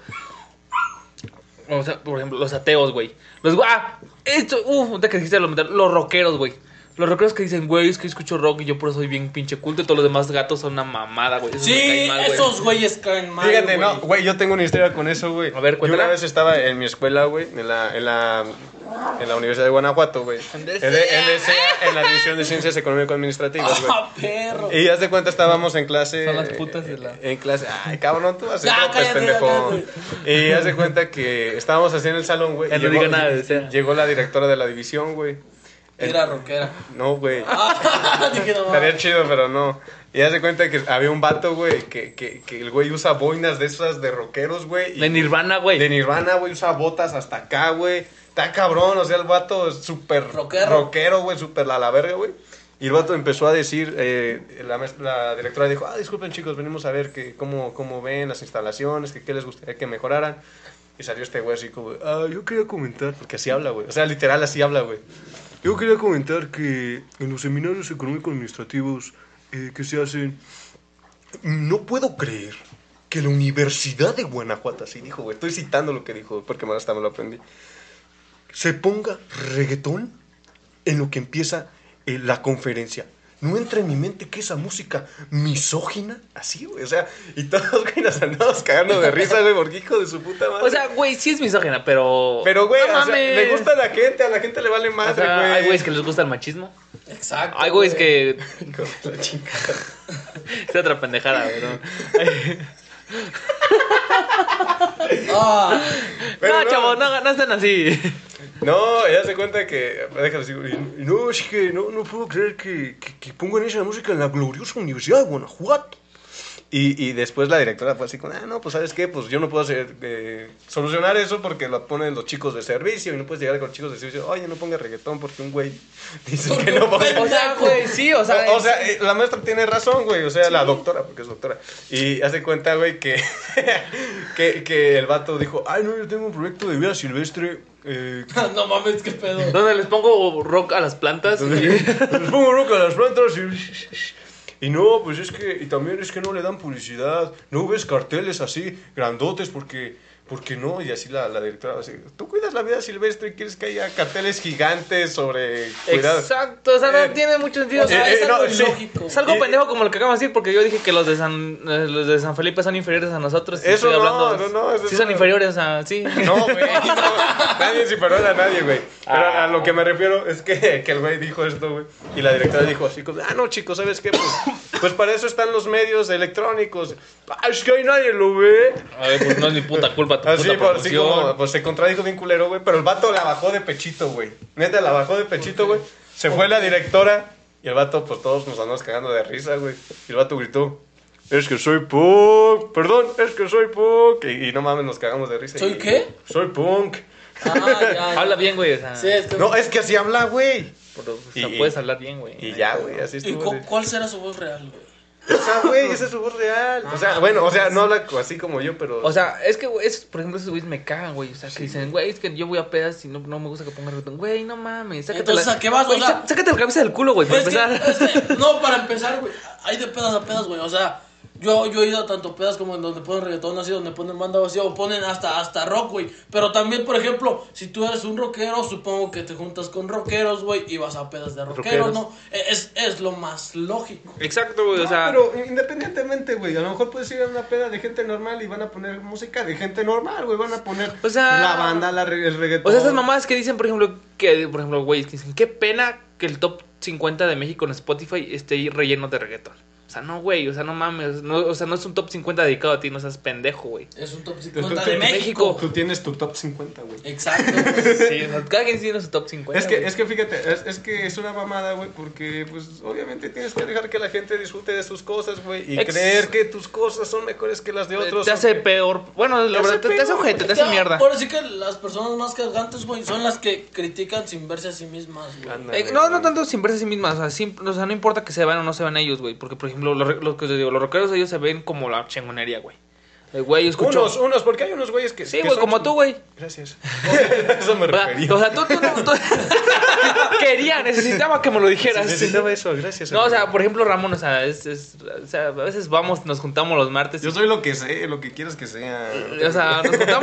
los ateos, güey. Te que dijiste los rockeros, güey. Los rockeros que dicen, güey, es que escucho rock y yo por eso soy bien pinche culto y todos los demás gatos son una mamada, güey. Sí, me cae mal, esos güeyes caen mal. Fíjate, no, güey, yo tengo una historia con eso, güey. A ver, cuéntala. Yo una vez estaba en mi escuela, güey, en la Universidad de Guanajuato, güey. En la División de Ciencias Económico-Administrativas, güey. Perro! Y haz de cuenta, estábamos en clase. Son las putas de la... En clase. Ay, cabrón, tú vas a ser pendejo. Y haz de cuenta que estábamos así en el salón, güey. Ya no digo nada, llegó la directora de la división, güey. Era rockera. No, güey. Dije, no, estaría chido, pero no. Y haz de cuenta que había un vato, güey, que el güey usa boinas de esas de rockeros, güey. De Nirvana, güey. De Nirvana, güey, usa botas hasta acá, güey. Está cabrón, o sea, el vato es súper rockero, güey, súper a la verga, güey. Y el vato empezó a decir, la directora dijo, disculpen chicos, venimos a ver cómo ven las instalaciones, qué les gustaría que mejoraran. Y salió este güey así como, yo quería comentar, porque así habla, güey. O sea, literal así habla, güey. Yo quería comentar que en los seminarios económico-administrativos que se hacen, no puedo creer que la Universidad de Guanajuato, así dijo, güey, estoy citando lo que dijo, porque hasta me lo aprendí, se ponga reggaetón en lo que empieza la conferencia. No entra en mi mente que esa música misógina, así, güey, o sea, y todos, güey, nos andamos cagando de risa, güey, porque hijo de su puta madre. O sea, güey, sí es misógina, pero... Pero, güey, no, o sea, le gusta a la gente le vale madre, güey. Hay güeyes que les gusta el machismo. Exacto. Hay güeyes que... La chingada. Es otra pendejada, güey, ¿no? Pero no, chavos, no estén así. No, ella se cuenta que... Déjalo así, no, es que no puedo creer que pongan esa música en la gloriosa Universidad de Guanajuato. Y después la directora fue así con, no, pues ¿sabes qué? Pues yo no puedo solucionar eso porque lo ponen los chicos de servicio y no puedes llegar con los chicos de servicio. Oye, no pongas reggaetón porque un güey dice que no ponga. O sea, güey, sí, o sea. La maestra tiene razón, güey. O sea, la doctora, porque es doctora. Y hace cuenta, güey, que el vato dijo, ay, no, yo tengo un proyecto de vida silvestre. No mames, qué pedo. Donde les pongo rock a las plantas. Les pongo rock a las plantas y no, pues es que, y también es que no le dan publicidad, no ves carteles así, grandotes, porque no, y así la directora así, tú cuidas la vida silvestre y quieres que haya carteles gigantes sobre cuidado. Exacto, o sea, no tiene mucho sentido. O sea, es algo ilógico. Es algo pendejo como lo que acabamos de decir, porque yo dije que los de San Felipe son inferiores a nosotros. Eso no, sí son inferiores, o sea, sí. No, güey, no, nadie es inferior a nadie, güey. Pero a lo que me refiero es que el güey dijo esto, güey, y la directora dijo así, no, chicos, ¿sabes qué? Pues para eso están los medios electrónicos. Es que ahí nadie lo ve. A ver, pues no es mi puta culpa. Así como, pues se contradijo bien culero, güey. Pero el vato la bajó de pechito, güey. Neta, la bajó de pechito, güey. Se fue la directora. Y el vato, pues todos nos andamos cagando de risa, güey. Y el vato gritó, es que soy punk. Perdón, es que soy punk. Y no mames, nos cagamos de risa. ¿Soy qué? Soy punk. Ya. Habla bien, güey. O sea, Sí, No, es que así habla, güey. Pero, o sea, puedes hablar bien, güey. Y ya, güey, así ¿Y estuvo. cuál será su voz real, güey? O sea, güey, esa es su voz real. O sea, bueno, o sea, no habla así como yo, pero... O sea, es que, güey, por ejemplo, esos güeyes me cagan, güey. O sea, que dicen, güey, es que yo voy a pedas y no me gusta que ponga reggaetón. Güey, no mames. Entonces, ¿a qué vas? Güey, O sea, sácate la cabeza del culo, güey, para empezar. No, para empezar, güey. Hay de pedas a pedas, güey. O sea, yo he ido a tanto pedas como en donde ponen reggaetón así, donde ponen banda vacía o ponen hasta rock, güey. Pero también, por ejemplo, si tú eres un rockero, supongo que te juntas con rockeros, güey, y vas a pedas de rockeros, ¿no? Es lo más lógico. Exacto, güey, o No, sea... pero independientemente, güey, a lo mejor puedes ir a una peda de gente normal y van a poner música de gente normal, güey, van a poner O sea, la banda, el reggaetón. O sea, esas mamadas que dicen, por ejemplo, güey, que dicen, qué pena que el top 50 de México en Spotify esté ahí relleno de reggaetón. O sea, no, güey, o sea, no mames, o sea, no es un top 50 dedicado a ti, no seas pendejo, güey. Es un top 50 de México. Tú tienes tu top 50, güey. Exacto. Sí, o sea, cada quien tiene su top 50. Es que fíjate, es que es una mamada, güey, porque pues obviamente tienes que dejar que la gente disfrute de sus cosas, güey, y creer que tus cosas son mejores que las de otros. Te hace peor. Bueno, la verdad, te hace ojete, te hace mierda. Por decir que las personas más cargantes, güey, son las que critican sin verse a sí mismas, güey. No tanto sin verse a sí mismas, o sea, no importa que se vean o no se vean ellos, güey, porque por ejemplo, los que te digo, los rockeros ellos se ven como la chingonería, güey. Güey, escucho. Unos, porque hay unos güeyes que. Sí, güey, como tú, güey. Gracias. Eso me refería. O sea, tú quería, necesitaba que me lo dijeras. Necesitaba eso, gracias. No, o sea, por ejemplo, Ramón, o sea, o sea, a veces nos juntamos los martes. Yo soy lo que sé, lo que quieras que sea. O sea,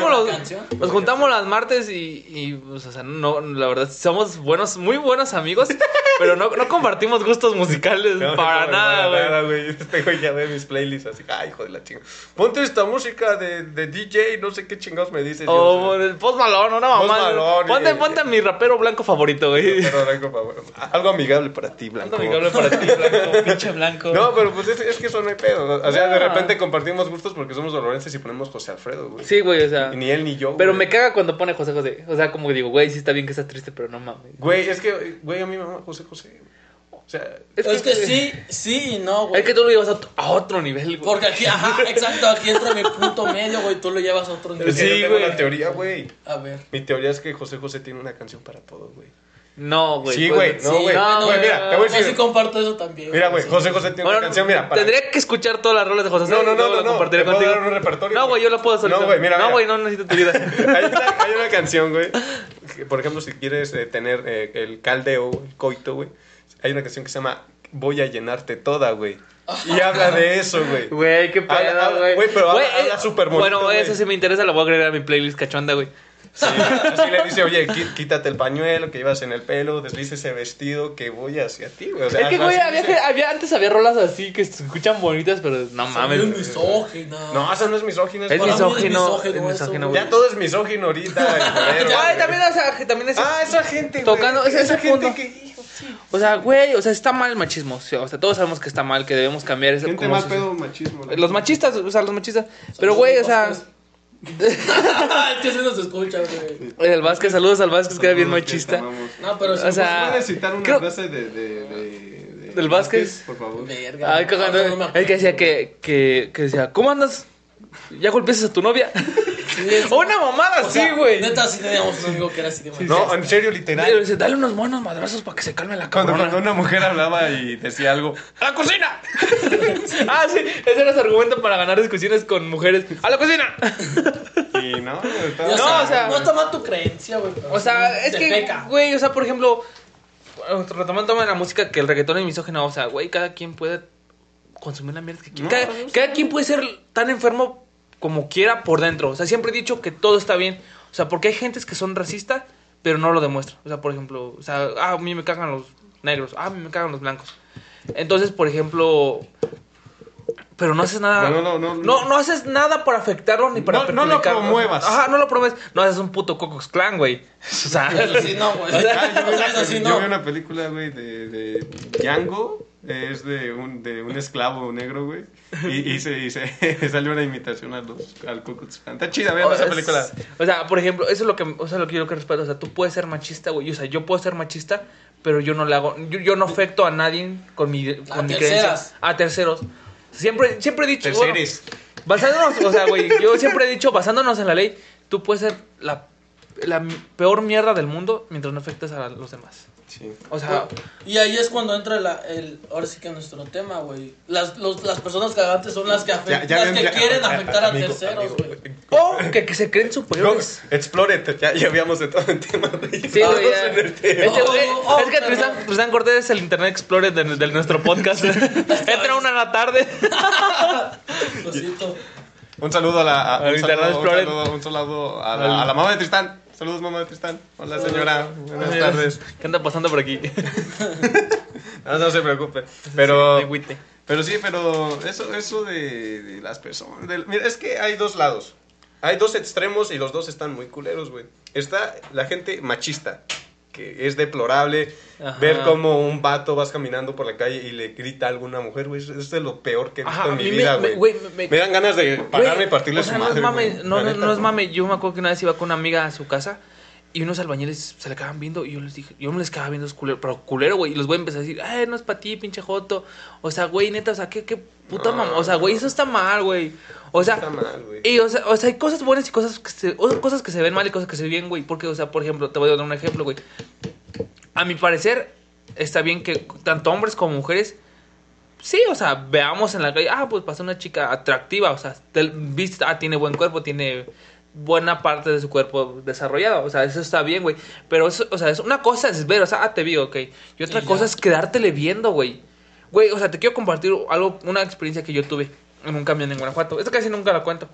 nos juntamos los martes y pues, o sea, no, la verdad, somos muy buenos amigos, pero no compartimos gustos musicales para nada, güey. Este güey ya ve mis playlists así, ay, hijo de la chinga. Ponte esta música de DJ, no sé qué chingados me dices. El Post Malone, una mamá. Ponte a mi rapero blanco favorito, güey. Algo amigable para ti, Blanco. Algo amigable para ti, Blanco. Pinche Blanco. No, pero pues es que eso no hay pedo. O sea, de repente compartimos gustos porque somos dolorenses y ponemos José Alfredo, güey. Sí, güey, o sea. Y ni él ni yo. Pero güey. me caga cuando pone José José. O sea, como que digo, güey, sí está bien que estás triste, pero no mames. Güey, es que, güey, a mí me mama José José. O sea, Es que sí y no, güey. Es que tú lo llevas a otro nivel, güey. Porque aquí, exacto, aquí entra mi punto medio, güey. Tú lo llevas a otro nivel. sí, yo tengo una teoría, güey. A ver. Mi teoría es que José José tiene una canción para todo, güey. No, güey. Sí, güey. Pues, No, güey. Güey, mira, te voy a decir. Yo sí comparto eso también. Mira, güey, José José tiene una canción, mira. Tendría que escuchar todas las rolas de José José. No. Lo compartiré te puedo contigo. dar un repertorio. No, güey, yo lo puedo soltar. No, güey, mira. No, güey, no necesito tu vida. Hay una canción, güey. Por ejemplo, si quieres tener el caldeo, el coito, güey. Hay una canción que se llama Voy a llenarte toda, güey. Y habla de eso, güey. Güey, qué pedo, güey. Güey, pero habla súper bonito. Bueno, güey. eso sí me interesa, lo voy a agregar a mi playlist cachonda, güey. Sí, así le dice, oye, quítate el pañuelo que llevas en el pelo, deslice ese vestido que voy hacia ti, güey. O sea, es que, güey, antes había rolas así que se escuchan bonitas, pero no mames. Es misógina. No, eso no es misógino. Es misógino, güey. Ya todo es misógino ahorita. Ay, también es. Esa gente, güey. Tocando ese gente punto. O sea, güey, o sea, está mal el machismo. O sea, todos sabemos que está mal, que debemos cambiar eso. Gente mal pedo machismo. Los machistas, o sea, los machistas. Pero, güey, o sea. Es que se nos escucha, güey. El Vázquez, saludos al Vázquez, que era bien machista. No, pero o sea, puedes citar una frase de Del Vázquez. Por favor. Verga. Ay, el que decía que decía, ¿cómo andas? ¿Ya golpeaste a tu novia? Sí, eso. Una mamada así, güey. Neta, sí teníamos un amigo que era así de No, en serio, literal. Pero dice, dale unos buenos madrazos para que se calme la cabrona. Cuando una mujer hablaba y decía algo, ¡a la cocina! Ah, sí, ese era su argumento para ganar discusiones con mujeres. ¡A la cocina! Y no, o sea, no está mal tu creencia, güey. O sea, es que, güey, o sea, por ejemplo, retomando la música, que el reggaetón es misógino, o sea, güey, cada quien puede consumir la mierda que quiera. Cada quien puede ser tan enfermo como quiera por dentro. O sea, siempre he dicho que todo está bien. O sea, porque hay gentes que son racistas, pero no lo demuestran. O sea, por ejemplo, o sea, a mí me cagan los negros, a mí me cagan los blancos. Entonces, por ejemplo, pero no haces nada. No haces nada para afectarlo ni para no lo promuevas. Ajá, no lo promueves. No haces un puto Ku Klux Klan, güey. O sea, Eso sí no, güey. Yo vi una película, güey, de Django. Es de un esclavo negro, güey. Y salió una imitación al Ku Klux Klan. Está chida, vean esa película. O sea, por ejemplo, eso es lo que yo que respeto. O sea, tú puedes ser machista, güey. O sea, yo puedo ser machista, pero yo no le hago. Yo no afecto a nadie con mi creencia. A terceros. Siempre he dicho. Terceres. Bueno, basándonos, o sea, güey, yo siempre he dicho, basándonos en la ley, tú puedes ser la peor mierda del mundo mientras no afectes a los demás. Sí. O sea, y ahí es cuando entra ahora sí que nuestro tema, güey. Las personas cagantes son las que quieren afectar a terceros, güey. O que se creen superiores. Explore, ya habíamos de todo el tema, güey. Sí, güey. Es que Tristan Cortés es el Internet Explorer de nuestro podcast. Entra una en la tarde. Un saludo a un saludo a la mamá de Tristán. Saludos, mamá de Tristán. Hola, señora. Buenas tardes. ¿Qué anda pasando por aquí? No se preocupe. Pero sí, pero eso de las personas. Mira, es que hay dos lados. Hay dos extremos y los dos están muy culeros, güey. Está la gente machista, que es deplorable. Ajá. Ver cómo un vato vas caminando por la calle y le grita a alguna mujer, güey. Eso es lo peor que he visto en mi vida, güey. Me dan ganas de pagarme y partirle su madre. No es mame. Yo me acuerdo que una vez iba con una amiga a su casa y unos albañiles se le acaban viendo y yo me les quedaba viendo, pero culero, güey. Y los voy a empezar a decir, no es para ti, pinche joto. O sea, güey, neta, o sea, qué puta mamá. O sea, güey, eso está mal, güey. O sea, está mal, güey. Y, o sea, hay cosas buenas y cosas que se ven mal y cosas que se ven bien, güey. Porque, o sea, por ejemplo, te voy a dar un ejemplo, güey. A mi parecer, está bien que tanto hombres como mujeres, sí, o sea, veamos en la calle, pues pasó una chica atractiva, o sea, viste, tiene buen cuerpo, tiene buena parte de su cuerpo desarrollado, o sea, eso está bien, güey. Pero eso, o sea, una cosa es ver, o sea, te vi, ok. Y otra cosa es quedártele viendo, güey. Güey, o sea, te quiero compartir una experiencia que yo tuve en un camión en Guanajuato. Esto casi nunca la cuento.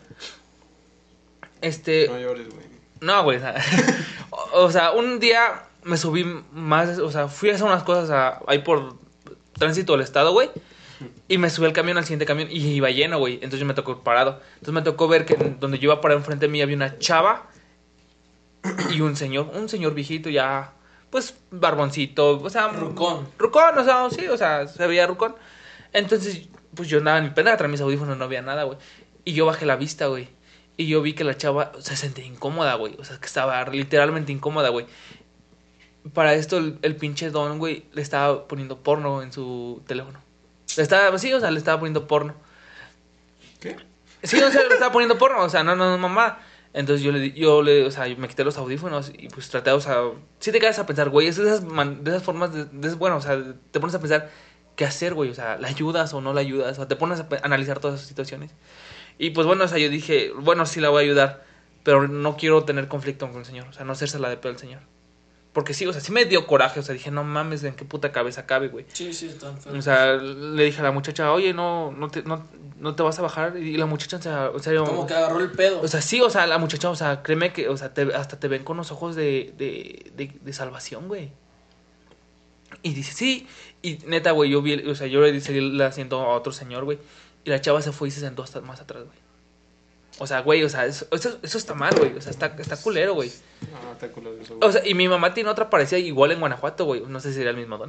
No llores, güey. No, güey. O sea, un día me subí más, o sea, fui a hacer unas cosas ahí por tránsito del estado, güey. Y me subí al camión, al siguiente camión, y iba lleno, güey. Entonces me tocó parado. Entonces me tocó ver que donde yo iba parado enfrente de mí había una chava y un señor viejito ya, pues, barboncito, o sea... Rucón, o sea, sí, o sea, se veía rucón. Entonces, pues yo andaba en mi pena, traía mis audífonos, no había nada, güey. Y yo bajé la vista, güey. Y yo vi que la chava se sentía incómoda, güey. O sea, que estaba literalmente incómoda, güey. Para esto, el pinche don, güey, le estaba poniendo porno en su teléfono. Le estaba poniendo porno. ¿Qué? Sí, o sea, le estaba poniendo porno. O sea, no, mamá. Entonces yo me quité los audífonos y pues traté, o sea, sí te quedas a pensar, güey, es de esas formas, bueno, o sea, te pones a pensar qué hacer, güey. O sea, ¿la ayudas o no la ayudas? O sea, te pones a analizar todas esas situaciones. Y pues bueno, o sea, yo dije, bueno, sí la voy a ayudar, pero no quiero tener conflicto con el señor. O sea, no hacérsela de pedo al señor. Porque sí, o sea, sí me dio coraje. O sea, dije, no mames, ¿en qué puta cabeza cabe, güey? Sí, está enfermo. O sea, le dije a la muchacha, oye, no te vas a bajar. Y la muchacha, o sea, como que agarró el pedo. O sea, sí, o sea, la muchacha, o sea, créeme que, o sea, hasta te ven con los ojos de salvación, güey. Y dice, sí. Y neta, güey, yo le seguí el asiento a otro señor, güey. Y la chava se fue y se sentó hasta más atrás, güey. O sea, güey, o sea, eso está mal, güey. O sea, está culero, güey. No, está culero eso, güey. O sea, y mi mamá tiene otra parecida igual en Guanajuato, güey. No sé si era el mismo don.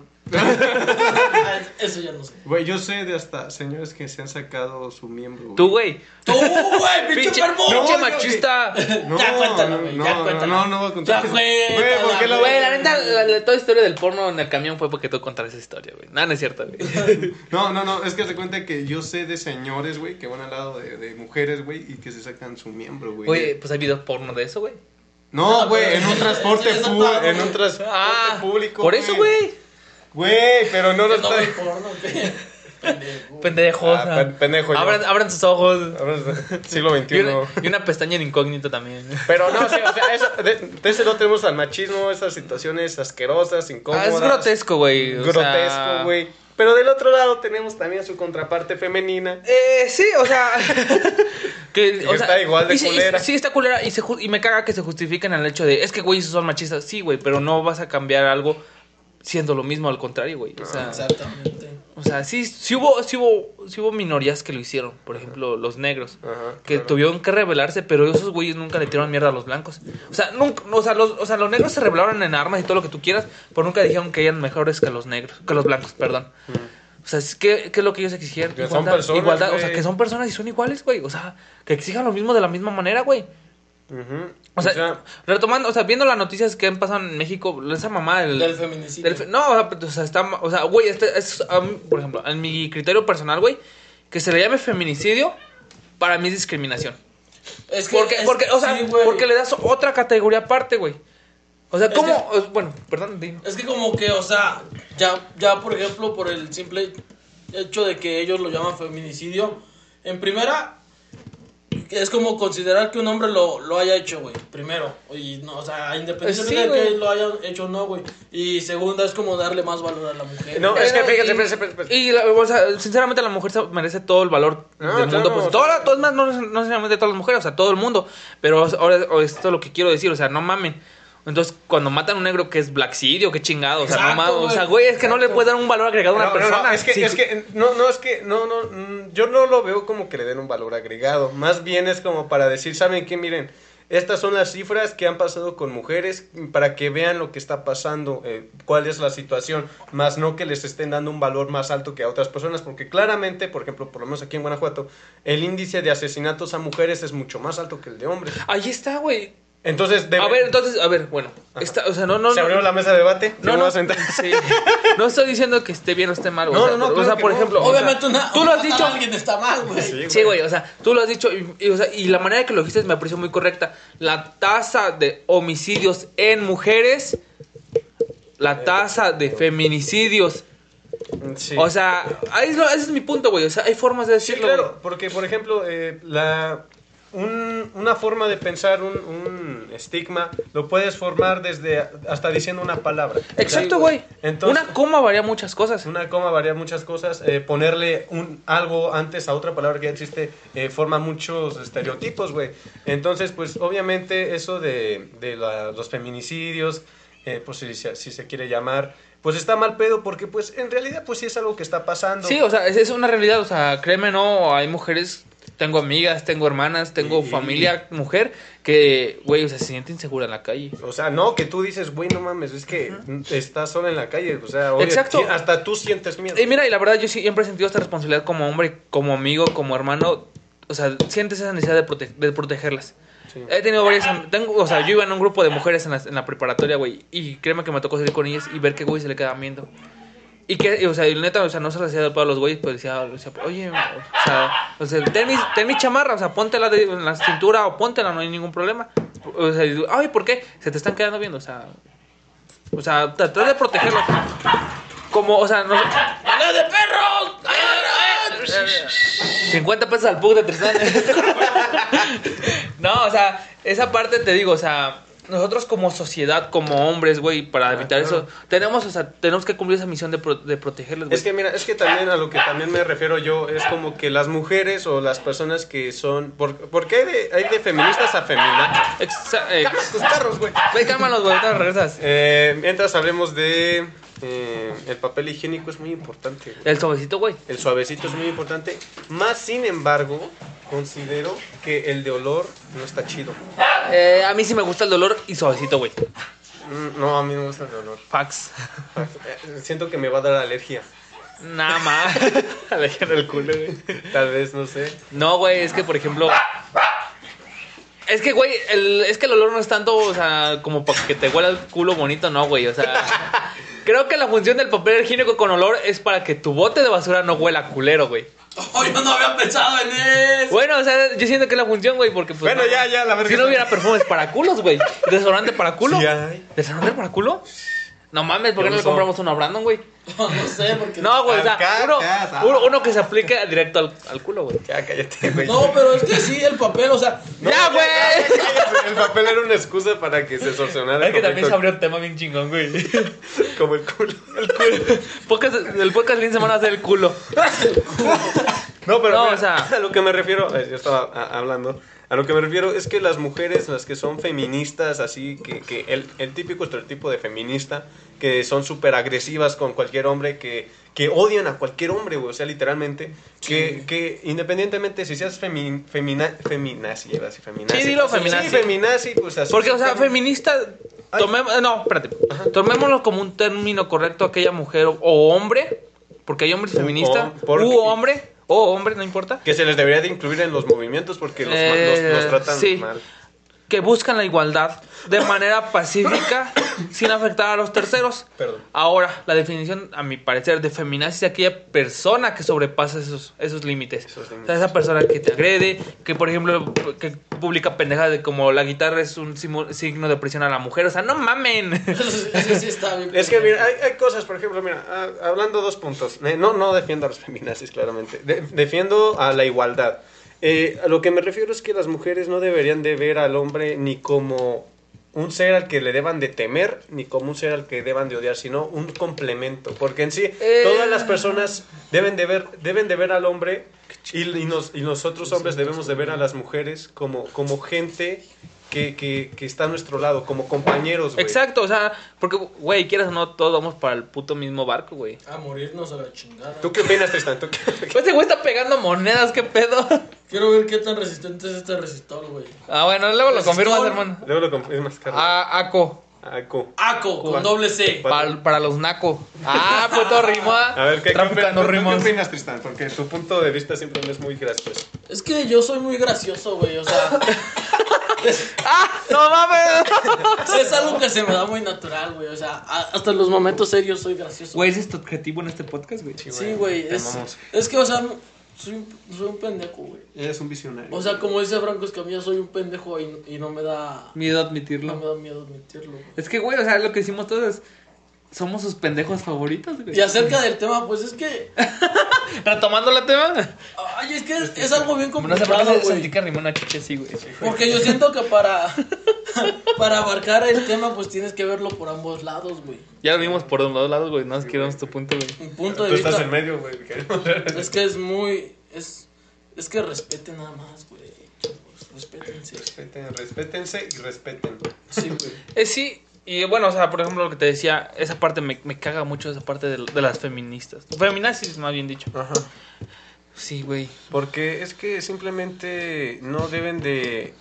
Eso ya no sé. Güey, yo sé de hasta señores que se han sacado su miembro, güey. Tú, güey. ¡Tú, güey! ¡Pinche enfermo! ¡Pinche machista! No, Ya cuéntalo, güey. no, Ya cuéntalo. no voy a contar. Ya Güey, ¿por qué Güey, la neta, toda historia del porno en el camión fue porque tú contaras esa historia, güey. Nada, no es cierto, güey. No, es que se cuenta que yo sé de señores, güey, que van al lado de mujeres, güey, y que se sacan su miembro, güey. Oye, pues hay videos porno de eso, güey. No, güey, pero en un transporte eso no está, en un transporte público. Por eso, güey. Güey, pero no lo No está. ve porno, ¿qué? Pendejos. Pendejo yo. Abran sus ojos. Siglo XXI. Y una pestaña en incógnito también. Pero no, o sea, eso, de ese no tenemos al machismo, esas situaciones asquerosas, incómodas. Es grotesco, güey. Grotesco, güey. Pero del otro lado tenemos también su contraparte femenina. Sí, o sea. Que está igual de culera. Sí, está culera. Y me caga que se justifiquen al hecho de. Es que, güey, esos son machistas. Sí, güey, pero no vas a cambiar algo siendo lo mismo, al contrario, güey. O sea, Exactamente. O sea, sí hubo minorías que lo hicieron. Por ejemplo, los negros. Ajá, Que tuvieron que rebelarse, pero esos güeyes nunca le tiraron mierda a los blancos. O sea, nunca, los negros se rebelaron en armas y todo lo que tú quieras, pero nunca dijeron que eran mejores que los blancos, perdón. O sea, ¿qué es lo que ellos exigieron? Que son personas, igualdad. güey. O sea, que son personas y son iguales, güey. O sea, que exijan lo mismo de la misma manera, güey. O sea, retomando, o sea, viendo las noticias que han pasado en México, esa mamá Del feminicidio. o sea, güey, por ejemplo, en mi criterio personal, güey, que se le llame feminicidio, para mí es discriminación. Es que, porque le das otra categoría aparte, güey. O sea, ¿cómo? Bueno, perdón, dime. Es que como que, o sea, ya por ejemplo, por el simple hecho de que ellos lo llaman feminicidio, en primera, es como considerar que un hombre lo haya hecho, güey, primero. Y no, o sea, independientemente de que lo haya hecho o no, güey. Y segunda, es como darle más valor a la mujer. No, es que fíjate. O sea, sinceramente la mujer merece todo el valor del mundo. Pues todo es más, no necesariamente todas las mujeres, o sea, todo el mundo. Pero ahora esto es lo que quiero decir, o sea, no mamen. Entonces, cuando matan a un negro que es blackcidio, qué chingado, o sea, Exacto, no mames, o sea, güey, es que no le puede dar un valor agregado a una persona. Yo no lo veo como que le den un valor agregado, más bien es como para decir, ¿saben qué? Miren, estas son las cifras que han pasado con mujeres para que vean lo que está pasando, cuál es la situación, más no que les estén dando un valor más alto que a otras personas, porque claramente, por ejemplo, por lo menos aquí en Guanajuato, el índice de asesinatos a mujeres es mucho más alto que el de hombres. Ahí está, güey. Entonces, bueno, o sea, no. ¿Se abrió la mesa de debate? Sí. No estoy diciendo que esté bien o esté mal, güey. O sea, por ejemplo, obviamente tú lo has dicho. Alguien está mal, güey. Sí, güey, o sea, tú lo has dicho y la manera que lo dijiste me pareció muy correcta. La tasa de homicidios en mujeres, la tasa de feminicidios. Sí. O sea, ese es mi punto, güey. O sea, hay formas de decirlo. Sí, claro, porque por ejemplo, una forma de pensar un estigma lo puedes formar desde hasta diciendo una palabra. Exacto, güey. Entonces, una coma varía muchas cosas. Ponerle algo antes a otra palabra que ya existe forma muchos estereotipos, güey. Entonces, pues obviamente eso de los feminicidios, pues si se quiere llamar, pues está mal pedo porque pues en realidad pues sí es algo que está pasando. Sí, o sea, es una realidad, o sea, créeme, no, hay mujeres, tengo amigas, tengo hermanas, tengo familia, mujer, que, güey, o sea, se siente insegura en la calle. O sea, no, que tú dices, güey, no mames, es que estás sola en la calle, o sea, obvio, exacto. Hasta tú sientes miedo. Y mira, y la verdad yo siempre he sentido esta responsabilidad como hombre, como amigo, como hermano, o sea, sientes esa necesidad de protegerlas. Sí. He tenido varias, o sea, yo iba en un grupo de mujeres en la preparatoria, güey, y créeme que me tocó salir con ellas y ver que, güey, se le quedaban viendo. Y que, o sea, y neta, o sea, no se le hacía del pedo a los güeyes, pero decía, oye, o sea, ten mi chamarra, o sea, póntela en la cintura o póntela, no hay ningún problema. O sea, ay, ¿por qué? Se te están quedando viendo, o sea, tratar de protegerlos. Como, o sea, no... ¡Pelea de perros! 50 pesos al pug de Tristán. No, o sea, esa parte te digo, o sea, nosotros como sociedad, como hombres, güey, para evitar eso, tenemos que cumplir esa misión de protegerles, güey. Es que mira, es que también a lo que también me refiero yo es como que las mujeres o las personas que son, porque hay de feministas a feminazis. Calma tus carros, güey. Güey, cálmalos, güey, ahorita regresas. Mientras hablemos de el papel higiénico es muy importante. El suavecito, güey. El suavecito es muy importante. Más sin embargo, considero que el de olor no está chido. A mí sí me gusta el de olor y suavecito, güey. No, a mí no me gusta el de olor. Fax. Siento que me va a dar alergia. Nada más. Alergia en el culo, güey. Tal vez, no sé. No, güey, es que por ejemplo. Es que, güey, es que el olor no es tanto, o sea, como para que te huela el culo bonito, no, güey. O sea, creo que la función del papel higiénico con olor es para que tu bote de basura no huela culero, güey. Oh, yo no había pensado en eso. Bueno, o sea, yo siento que es la función, güey, porque pues. Bueno, ya, la verdad. Si no hubiera perfumes para culos, güey. ¿Desodorante para culo? Sí hay. ¿Desodorante para culo? No mames, ¿por qué no le compramos uno a Brandon, güey? No sé, porque... No, güey, o sea, uno que se aplique directo al culo, güey. Ya, cállate, güey. No, pero es que sí, el papel, o sea... ¡Ya, güey! El papel era una excusa para que se solucionara. Es que también se abrió el tema bien chingón, güey. Como el culo. El podcast de semana va a ser el culo. No, pero No, mira, o sea... a lo que me refiero, yo estaba hablando, a lo que me refiero es que las mujeres, las que son feministas, así, que el típico estereotipo de feminista, que son súper agresivas con cualquier hombre, que odian a cualquier hombre, güey, o sea, literalmente, Sí. que independientemente si seas feminazi, iba a decir feminazi. Sí, dilo feminazi. Sí, feminazi, pues así. Porque, o sea, feminista... No, espérate. Tomémoslo como un término correcto, aquella mujer o hombre, porque hay hombres feministas, hombre, no importa. Que se les debería de incluir en los movimientos porque los tratan sí. mal. Que buscan la igualdad de manera pacífica sin afectar a los terceros. Perdón. Ahora, la definición, a mi parecer, de feminazi es aquella persona que sobrepasa esos límites. O sea, esa persona que te agrede, que por ejemplo, que publica pendejadas de como la guitarra es un signo de presión a la mujer. O sea, no mamen. Sí, está bien. Es que mira, hay cosas, por ejemplo, mira, hablando dos puntos. No defiendo a los feminazis, claramente. Defiendo a la igualdad. A lo que me refiero es que las mujeres no deberían de ver al hombre ni como un ser al que le deban de temer, ni como un ser al que deban de odiar, sino un complemento. Porque en sí, todas las personas deben de ver al hombre y nosotros hombres debemos de ver a las mujeres como gente que está a nuestro lado, como compañeros, güey. Exacto, o sea, porque, güey, quieras o no, todos vamos para el puto mismo barco, güey. A morirnos a la chingada. ¿Tú qué opinas, Tristan? Pues ese güey está pegando monedas, ¿qué pedo? Quiero ver qué tan resistente es este resistor, güey. Ah, bueno, luego lo confirmas, hermano. Luego lo confirmas, Carlos. Aco. Aco, con doble C. Para los naco. Pues todo rima. A ver, ¿qué rimos. opinas, Tristan? Porque tu punto de vista siempre me es muy gracioso. Es que yo soy muy gracioso, güey, o sea... ¡No mames! Es algo que se me da muy natural, güey, o sea, hasta en los momentos serios soy gracioso. Güey, ese es tu objetivo en este podcast, güey. Sí, güey, es que, o sea, soy un pendejo, güey. Eres un visionario. O sea, como dice Franco Escamilla, soy un pendejo y no me da... Miedo a admitirlo. No me da miedo admitirlo, güey. Es que, güey, o sea, lo que decimos todos es... Somos sus pendejos favoritos, güey. Y acerca del tema, pues es que... Retomando el tema. Ay, es que es algo bien No sé complicado, por qué güey. sentí que arrimó una chicha así, güey. Porque yo siento que para abarcar el tema, pues tienes que verlo por ambos lados, güey. Ya lo vimos por los dos lados, güey. No nos quedamos tu punto, güey. Un punto de Tú vista... estás en medio, güey. Es que es muy... Es que respeten nada más, güey. Respétense. Respétense y respeten. Sí, güey. Sí, y bueno, o sea, por ejemplo, lo que te decía, esa parte me caga mucho, esa parte de las feministas. Feminazis, más bien dicho. Ajá. Sí, güey. Porque es que simplemente no deben de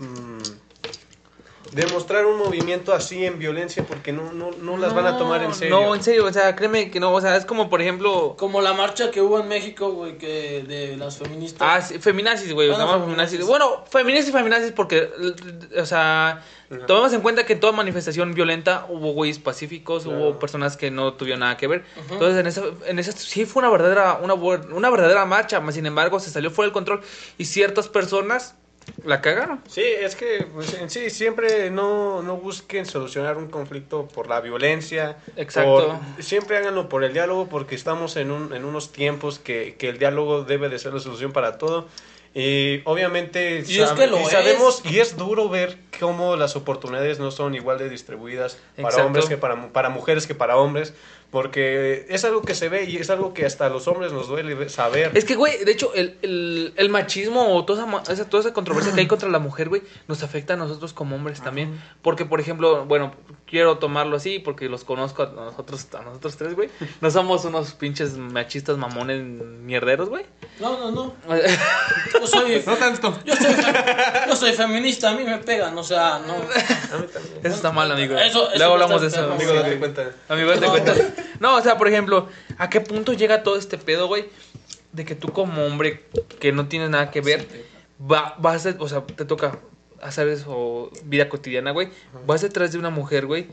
demostrar un movimiento así en violencia porque no las van a tomar en serio. No, en serio, o sea, créeme que no, o sea, es como, por ejemplo... Como la marcha que hubo en México, güey, que de las feministas. Sí, feminazis, güey, no, feminazis. Bueno, feminazis porque, o sea, tomemos en cuenta que en toda manifestación violenta hubo güeyes pacíficos, hubo personas que no tuvieron nada que ver. Entonces, en esa sí fue una verdadera marcha, más sin embargo, se salió fuera del control y ciertas personas la cagaron. Sí, es que pues, en sí siempre no busquen solucionar un conflicto por la violencia. Exacto. Siempre háganlo por el diálogo porque estamos en unos tiempos que el diálogo debe de ser la solución para todo. Y obviamente sabemos y es duro ver cómo las oportunidades no son igual de distribuidas para hombres que para mujeres que para hombres. Porque es algo que se ve y es algo que hasta a los hombres nos duele saber. Es que, güey, de hecho, el machismo o toda esa controversia que hay contra la mujer, güey, nos afecta a nosotros como hombres también. Porque, por ejemplo, bueno, quiero tomarlo así porque los conozco a nosotros tres, güey. No somos unos pinches machistas mamones mierderos, güey. No. Yo soy... No tanto. Yo soy feminista, a mí me pegan, o sea, no. A mí también. Eso está mal, amigo. Eso Luego hablamos de eso. Amigo, date cuenta. Amigo, date cuenta. No, o sea, por ejemplo, ¿a qué punto llega todo este pedo, güey? De que tú como hombre que no tienes nada que ver, vas a, o sea, te toca hacer eso, vida cotidiana, güey. Vas detrás de una mujer, güey.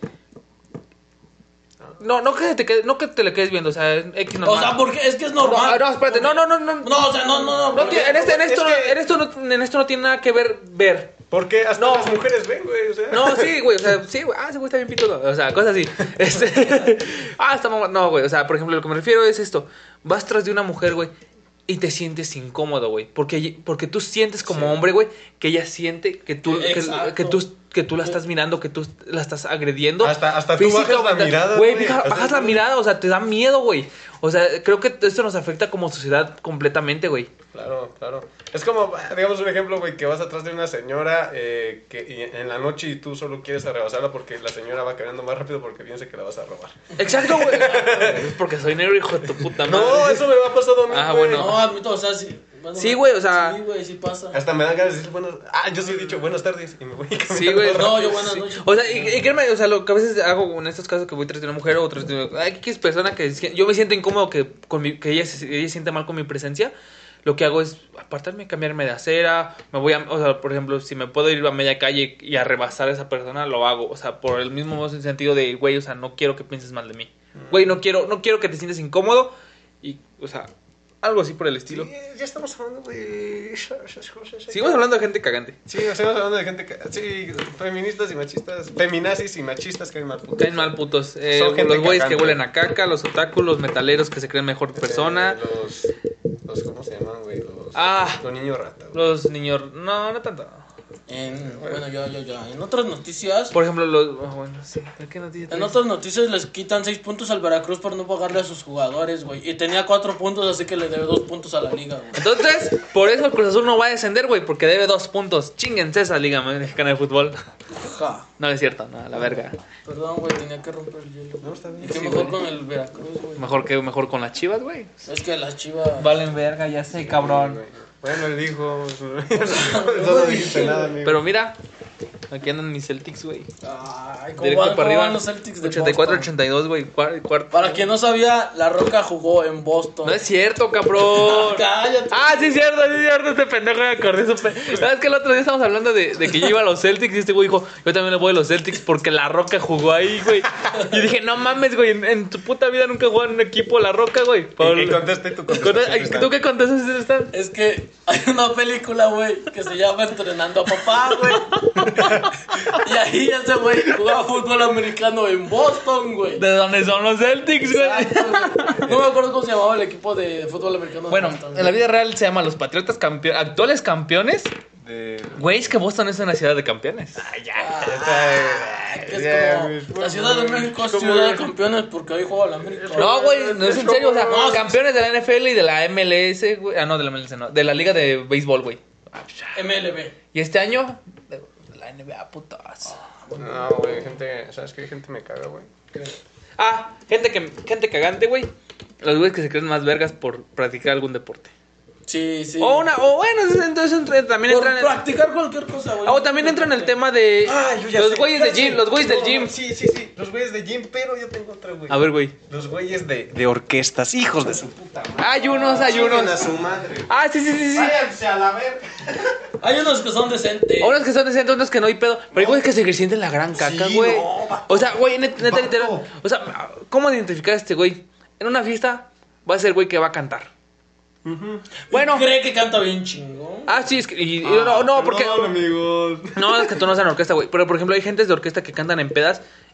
No que te le quedes viendo, o sea, X normal. O sea, porque es que es normal. No, espérate, no. No, o sea, no. En esto no tiene nada que ver. Porque hasta las mujeres ven, güey, o sea. No, sí, güey, o sea, sí, güey, ese güey está bien pitudo, o sea, cosas así. Está mamá. No, güey, o sea, por ejemplo, lo que me refiero es esto. Vas tras de una mujer, güey, y te sientes incómodo, güey, porque tú sientes como hombre, güey, que ella siente que tú la estás mirando, que tú la estás agrediendo. Hasta tú bajas la mirada, güey. Bajas la mirada, o sea, te da miedo, güey. O sea, creo que esto nos afecta como sociedad completamente, güey. Claro. Es como, digamos un ejemplo, güey, que vas atrás de una señora que en la noche y tú solo quieres rebasarla porque la señora va caminando más rápido porque piensa que la vas a robar. Exacto, güey. Es porque soy negro, hijo de tu puta madre. No, eso me ha pasado a mí, güey. Bueno. No, admito, o sea, sí. Bueno, sí, güey, o sea. Sí, güey, sí pasa. Hasta me dan ganas de decir yo sí he dicho buenas tardes y me voy caminando. Sí, güey. No, yo buenas noches. O sea, y créeme, o sea, lo que a veces hago en estos casos que voy tras de una mujer o otros de que es persona que yo me siento incómodo que ella se siente mal con mi presencia. Lo que hago es apartarme, cambiarme de acera, o sea, por ejemplo, si me puedo ir a media calle y a rebasar a esa persona, lo hago, o sea, por el mismo sentido de, güey, o sea, no quiero que pienses mal de mí. Güey, no quiero que te sientas incómodo y, o sea, algo así por el estilo. Sí, ya estamos hablando de... Seguimos hablando de gente cagante. Sí, estamos hablando de gente sí, feministas y machistas, feminazis y machistas caen mal putos. Caen mal putos. Son gente los güeyes que cagante. huelen a caca, los otakus, los metaleros que se creen mejor persona. Los ¿cómo se llaman, güey? Los niños rata. Güey. Los niños... No tanto. Bueno, yo. En otras noticias... Por ejemplo, bueno, sí. ¿Qué noticias? En otras noticias les quitan 6 puntos al Veracruz por no pagarle a sus jugadores, güey. Y tenía 4 puntos, así que le debe 2 puntos a la liga, güey. Entonces, por eso el Cruz Azul no va a descender, güey, porque debe 2 puntos. Chinguense esa Liga Mexicana de Fútbol. Ja. No es cierto, no, la verga. Perdón, güey, tenía que romper el hielo. No, está bien. Y qué Sí, mejor güey. con el Veracruz, güey. Mejor con las Chivas, güey. Es que las Chivas... Valen verga, ya sé, cabrón. Bueno, él dijo... no dijiste nada, amigo. Pero mira, aquí andan mis Celtics, güey. Ay, Directo para arriba. los Celtics de 84-82, güey. Para quien no sabía, La Roca jugó en Boston. No es cierto, cabrón. Cállate. Sí es cierto, este pendejo me acordé. ¿Sabes que el otro día estábamos hablando de que yo iba a los Celtics y este güey dijo, yo también le voy a los Celtics porque La Roca jugó ahí, güey. Y dije, no mames, güey, en tu puta vida nunca jugó en un equipo La Roca, güey. Y contesté tu contestaste. ¿Tú qué contestas, Tristan? Es que hay una película, güey, que se llama Entrenando a Papá, güey. Y ahí ese güey jugaba fútbol americano en Boston, güey. ¿De dónde son los Celtics, güey? Exacto, güey. No me acuerdo cómo se llamaba el equipo de fútbol americano. Bueno, de Boston, en la vida real se llama los Patriotas actuales campeones. Güey, es que Boston es una ciudad de campeones. que es como la Ciudad de México es ciudad de campeones porque ahí juega la América. No, güey, no es en serio, o sea, campeones de la NFL y de la MLS, güey. No, de la MLS no, de la Liga de Béisbol, güey. MLB. Y este año, de la NBA, putas. No, güey, gente, ¿sabes qué? Gente me caga, güey. Gente cagante, güey. Los güeyes que se creen más vergas por practicar algún deporte. Sí. O bueno, entonces también Por entran practicar cualquier cosa, güey. O también entran en el tema de yo ya los sé. güeyes de gym, los güeyes del gym. Sí, los güeyes de gym, pero yo tengo otra, güey. A ver, güey. Los güeyes de orquestas, hijos de su puta madre. Hay unos. Chinguen a su madre. Sí. Váyanse a la verga. Hay unos que son decentes. Unos que son decentes, unos que no hay pedo. Pero hay güeyes que se sienten la gran caca, Sí, güey. no, vato. O sea, güey, neta, Vato. literal. O sea, ¿cómo identificar a este güey? En una fiesta va a ser güey que va a cantar. Bueno. Cree que canta bien chingón. Sí, es que. No, porque. Perdón, amigos. No, es que tú no seas en orquesta, güey. Pero, por ejemplo, hay gentes de orquesta que cantan en pedas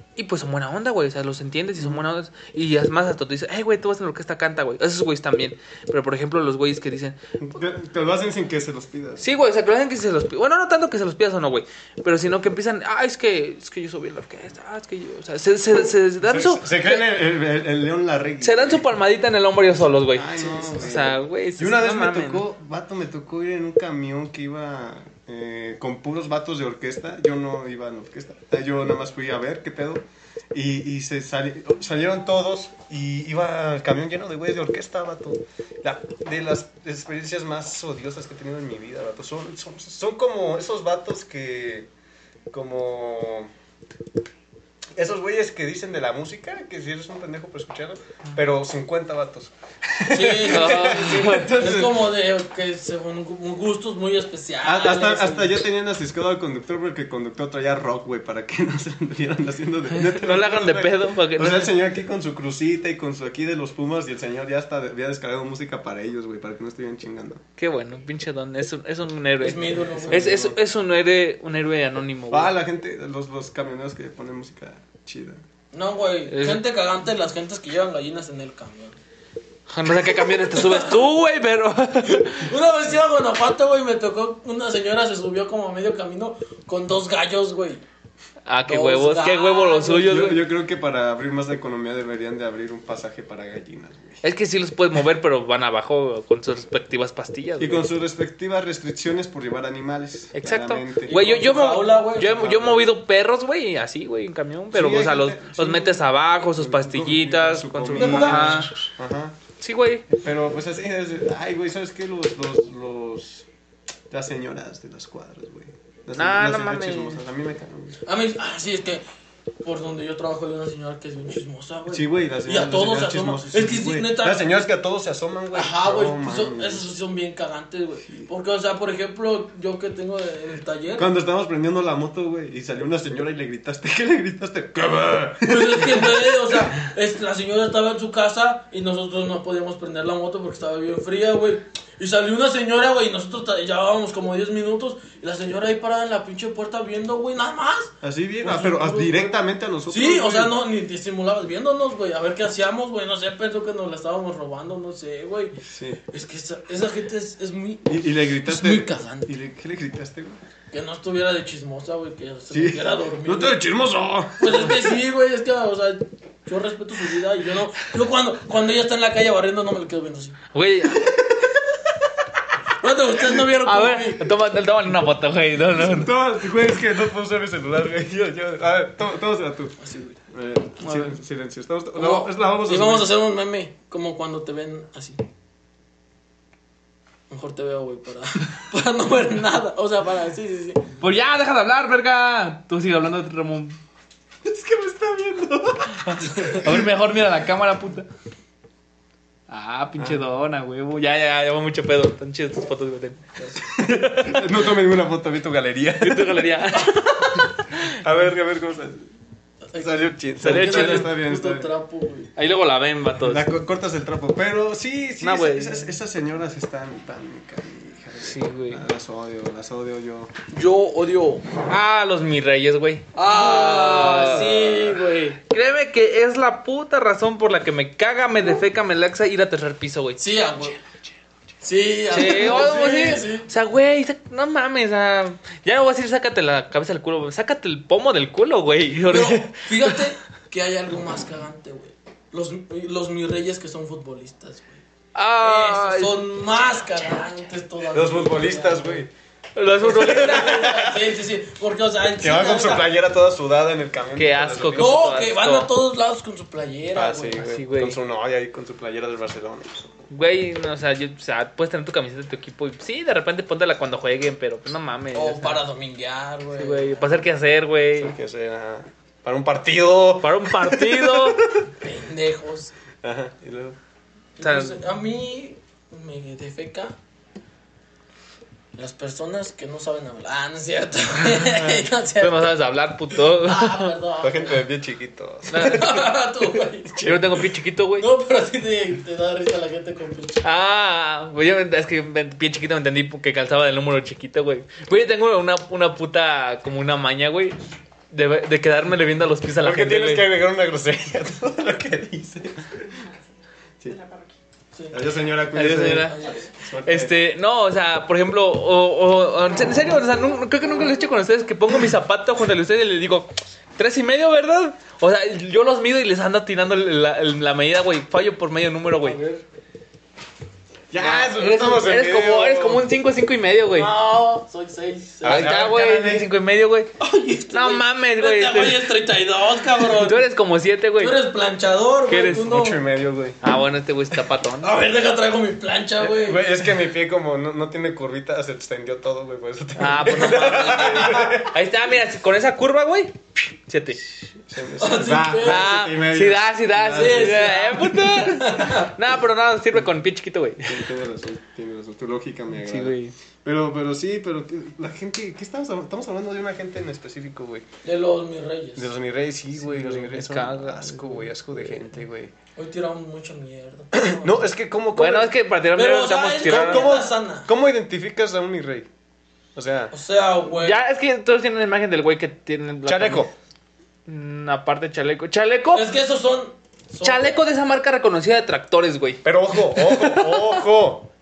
Y pues son buena onda, güey. O sea, los entiendes y son buena onda. Y además hasta te dicen, güey, tú vas en la orquesta, canta, güey. Esos güeyes también. Pero por ejemplo, los güeyes que dicen. Te lo hacen sin que se los pidas. Sí, güey, o sea, que lo hacen que se los pidas. Bueno, no tanto que se los pidas o no, güey. Pero sino que empiezan, es que yo subí en la orquesta. Es que yo. O sea, se dan su. Se creen el León Larregui. Se dan su palmadita en el hombro ellos solos, güey. Ay, no, o sea, güey. Y una vez me tocó ir en un camión que iba. Con puros vatos de orquesta. Yo no iba en orquesta. Yo nada más fui a ver qué pedo. Y salieron todos. Y iba el camión lleno de güeyes de orquesta, vato. De las experiencias más odiosas que he tenido en mi vida, vato. Son como esos vatos que. Como. Esos güeyes que dicen de la música, que si eres un pendejo por escucharlo, pero 50 vatos. Sí, entonces, es como de que son gustos muy especiales. Hasta ya tenían asiscado al conductor porque el conductor traía rock, güey, para que no se anduvieran haciendo de... No le hagan de pedo. O sea, el señor aquí con su crucita y con su aquí de los Pumas y el señor ya hasta había descargado música para ellos, güey, para que no estuvieran chingando. Qué bueno, pinche don, es un héroe. Es mi ídolo, güey. Es un héroe anónimo, güey. La gente, los camioneros que ponen música chida. No, güey, gente cagante, las gentes que llevan gallinas en el camión. No sé qué camiones te subes tú, güey, pero... Una vez iba a Guanajuato, güey, me tocó una señora, se subió como a medio camino con 2 gallos, güey. Qué huevos, qué huevos los suyos, güey. Yo creo que para abrir más la economía deberían de abrir un pasaje para gallinas, güey. Es que sí los puedes mover, pero van abajo con sus respectivas pastillas, y con sus respectivas restricciones por llevar animales. Exacto. Güey, yo he movido perros, güey, así, güey, en camión, pero, sí, o sea, los metes abajo, sus pastillitas, con su... Ajá. Sí, güey. Pero, pues así, güey, ¿sabes qué? Las señoras de las cuadras, güey. No mames. A mí me cagan. A mí, sí, es que por donde yo trabajo hay una señora que es bien chismosa, güey. Sí, güey, y a todos se asoman. Es que sí, neta. Las señoras que a todos se asoman, güey. Ajá, güey. Esos son bien cagantes, güey. Sí. Porque, o sea, por ejemplo, yo que tengo en el taller. Cuando estábamos prendiendo la moto, güey, y salió una señora y le gritaste. ¿Qué le gritaste? ¿Qué va? Pues es que, güey, o sea, la señora estaba en su casa y nosotros no podíamos prender la moto porque estaba bien fría, güey. Y salió una señora, güey, y nosotros llevábamos como 10 minutos. Y la señora ahí parada en la pinche puerta viendo, güey, nada más. Así bien, pero directamente a nosotros. Sí, güey. O sea, no, ni disimulabas viéndonos, güey. A ver qué hacíamos, güey. No sé, pensó que nos la estábamos robando, no sé, güey. Sí. Es que esa gente es muy. Y le gritaste. Es muy cagante. ¿Qué le gritaste, güey? Que no estuviera de chismosa, güey. Que se metiera a dormir. ¡No te de chismoso! Pues es que sí, güey. Es que, o sea, yo respeto su vida y yo no. Yo cuando ella está en la calle barriendo, no me le quedo viendo así. Güey. Ustedes no vieron. A ver, tómale una foto, güey. No. Güey, es que no puedo usar mi celular, güey. A ver, tómasela tú. Así, güey. Silencio. Vamos a hacer un meme, como cuando te ven así. Mejor te veo, güey, para no ver nada. O sea, sí. Pues ya, deja de hablar, verga. Tú sigue hablando, Ramón. Es que me está viendo. A ver, mejor mira la cámara, puta. Pinche dona, güey. Ya va mucho pedo. Están chidas tus fotos, güey. No tomé ninguna foto, vi tu galería. A ver, ¿cómo sale? Salió chido. Está bien. Trapo, güey. Ahí luego la ven, vatos. Cortas el trapo. Pero sí, no, esas señoras están tan canijas. Sí, güey. Las odio yo. Yo odio. Los mis reyes, güey. Sí, güey. Créeme que es la puta razón por la que me caga, me defeca, me laxa ir a tercer piso, güey. Sí, güey. Sí. O sea, güey, no mames, ya no voy a decir sácate la cabeza del culo, sácate el pomo del culo, güey. Pero fíjate que hay algo más cagante, güey. Los mis reyes que son futbolistas, güey. Esos son más cagantes todavía. Los futbolistas, güey. Los futbolistas. Sí. Porque, o sea, que van con su playera toda sudada en el camión. Qué asco. No, que van a todos lados con su playera, güey. Sí, güey. Con su novia y con su playera del Barcelona. Güey, no, o sea, puedes tener tu camiseta de tu equipo y sí, de repente póntela cuando jueguen, pero pues no mames. O para dominguear, güey. Sí, güey, para hacer qué hacer, güey. Para un partido. Pendejos. Ajá, y luego. Entonces, a mí me defeca las personas que no saben hablar. No es cierto. Tú no sabes hablar, puto. Perdón. La gente de pie chiquito. Tú, güey. Yo no tengo pie chiquito, güey. No, pero a ti te da risa la gente con pie chiquito. Pues es que pie chiquito me entendí que calzaba del número chiquito, güey. Pues yo tengo una puta, como una maña, güey. de quedármele viendo a los pies a la ¿Por qué gente. tienes que güey. agregar una grosería a todo lo que dices? Sí. Adiós, señora. Adiós, Cuídese. señora. No, o sea, por ejemplo, en serio, o sea, creo que nunca lo he hecho con ustedes, que pongo mi zapato junto a ustedes y les digo, 3.5, ¿verdad? O sea, yo los mido y les ando tirando la medida, güey. Fallo por medio número, güey. Ya, Eres como un 5.5, güey. No, soy 6. Ahí está, güey, 5.5, güey. No mames, güey. Este güey es 32, cabrón. Tú eres como 7, güey. Tú eres planchador, ¿Qué güey. eres? Tú no. 8.5, güey. Ah, bueno, este güey está patón. A ver, traigo mi plancha, güey. Güey, es que mi pie como no tiene curvita, se extendió todo, güey, por eso te... Ah, pues no mames, güey. Ahí está, mira, con esa curva, güey. 7. Ah, sí da. Sí. Puto. No, pero no, sirve con pie chiquito, güey. Tienes razón, tu lógica me agrada. Sí, güey. Pero la gente, ¿qué estamos hablando de una gente en específico, güey? De los mis reyes. De los mis reyes, sí, güey, los mis reyes son caga, asco, güey, asco de gente, güey. Hoy tiramos mucha mierda. No, es que ¿cómo? Bueno, es que para tirar Pero, mierda o sea, estamos es tirando. como- sana. ¿Cómo identificas a un mi rey? O sea, Güey. Ya, es que todos tienen la imagen del güey que tiene la chaleco. Aparte chaleco. Chaleco. Es que esos son Chaleco de esa marca reconocida de tractores, güey. Pero ojo.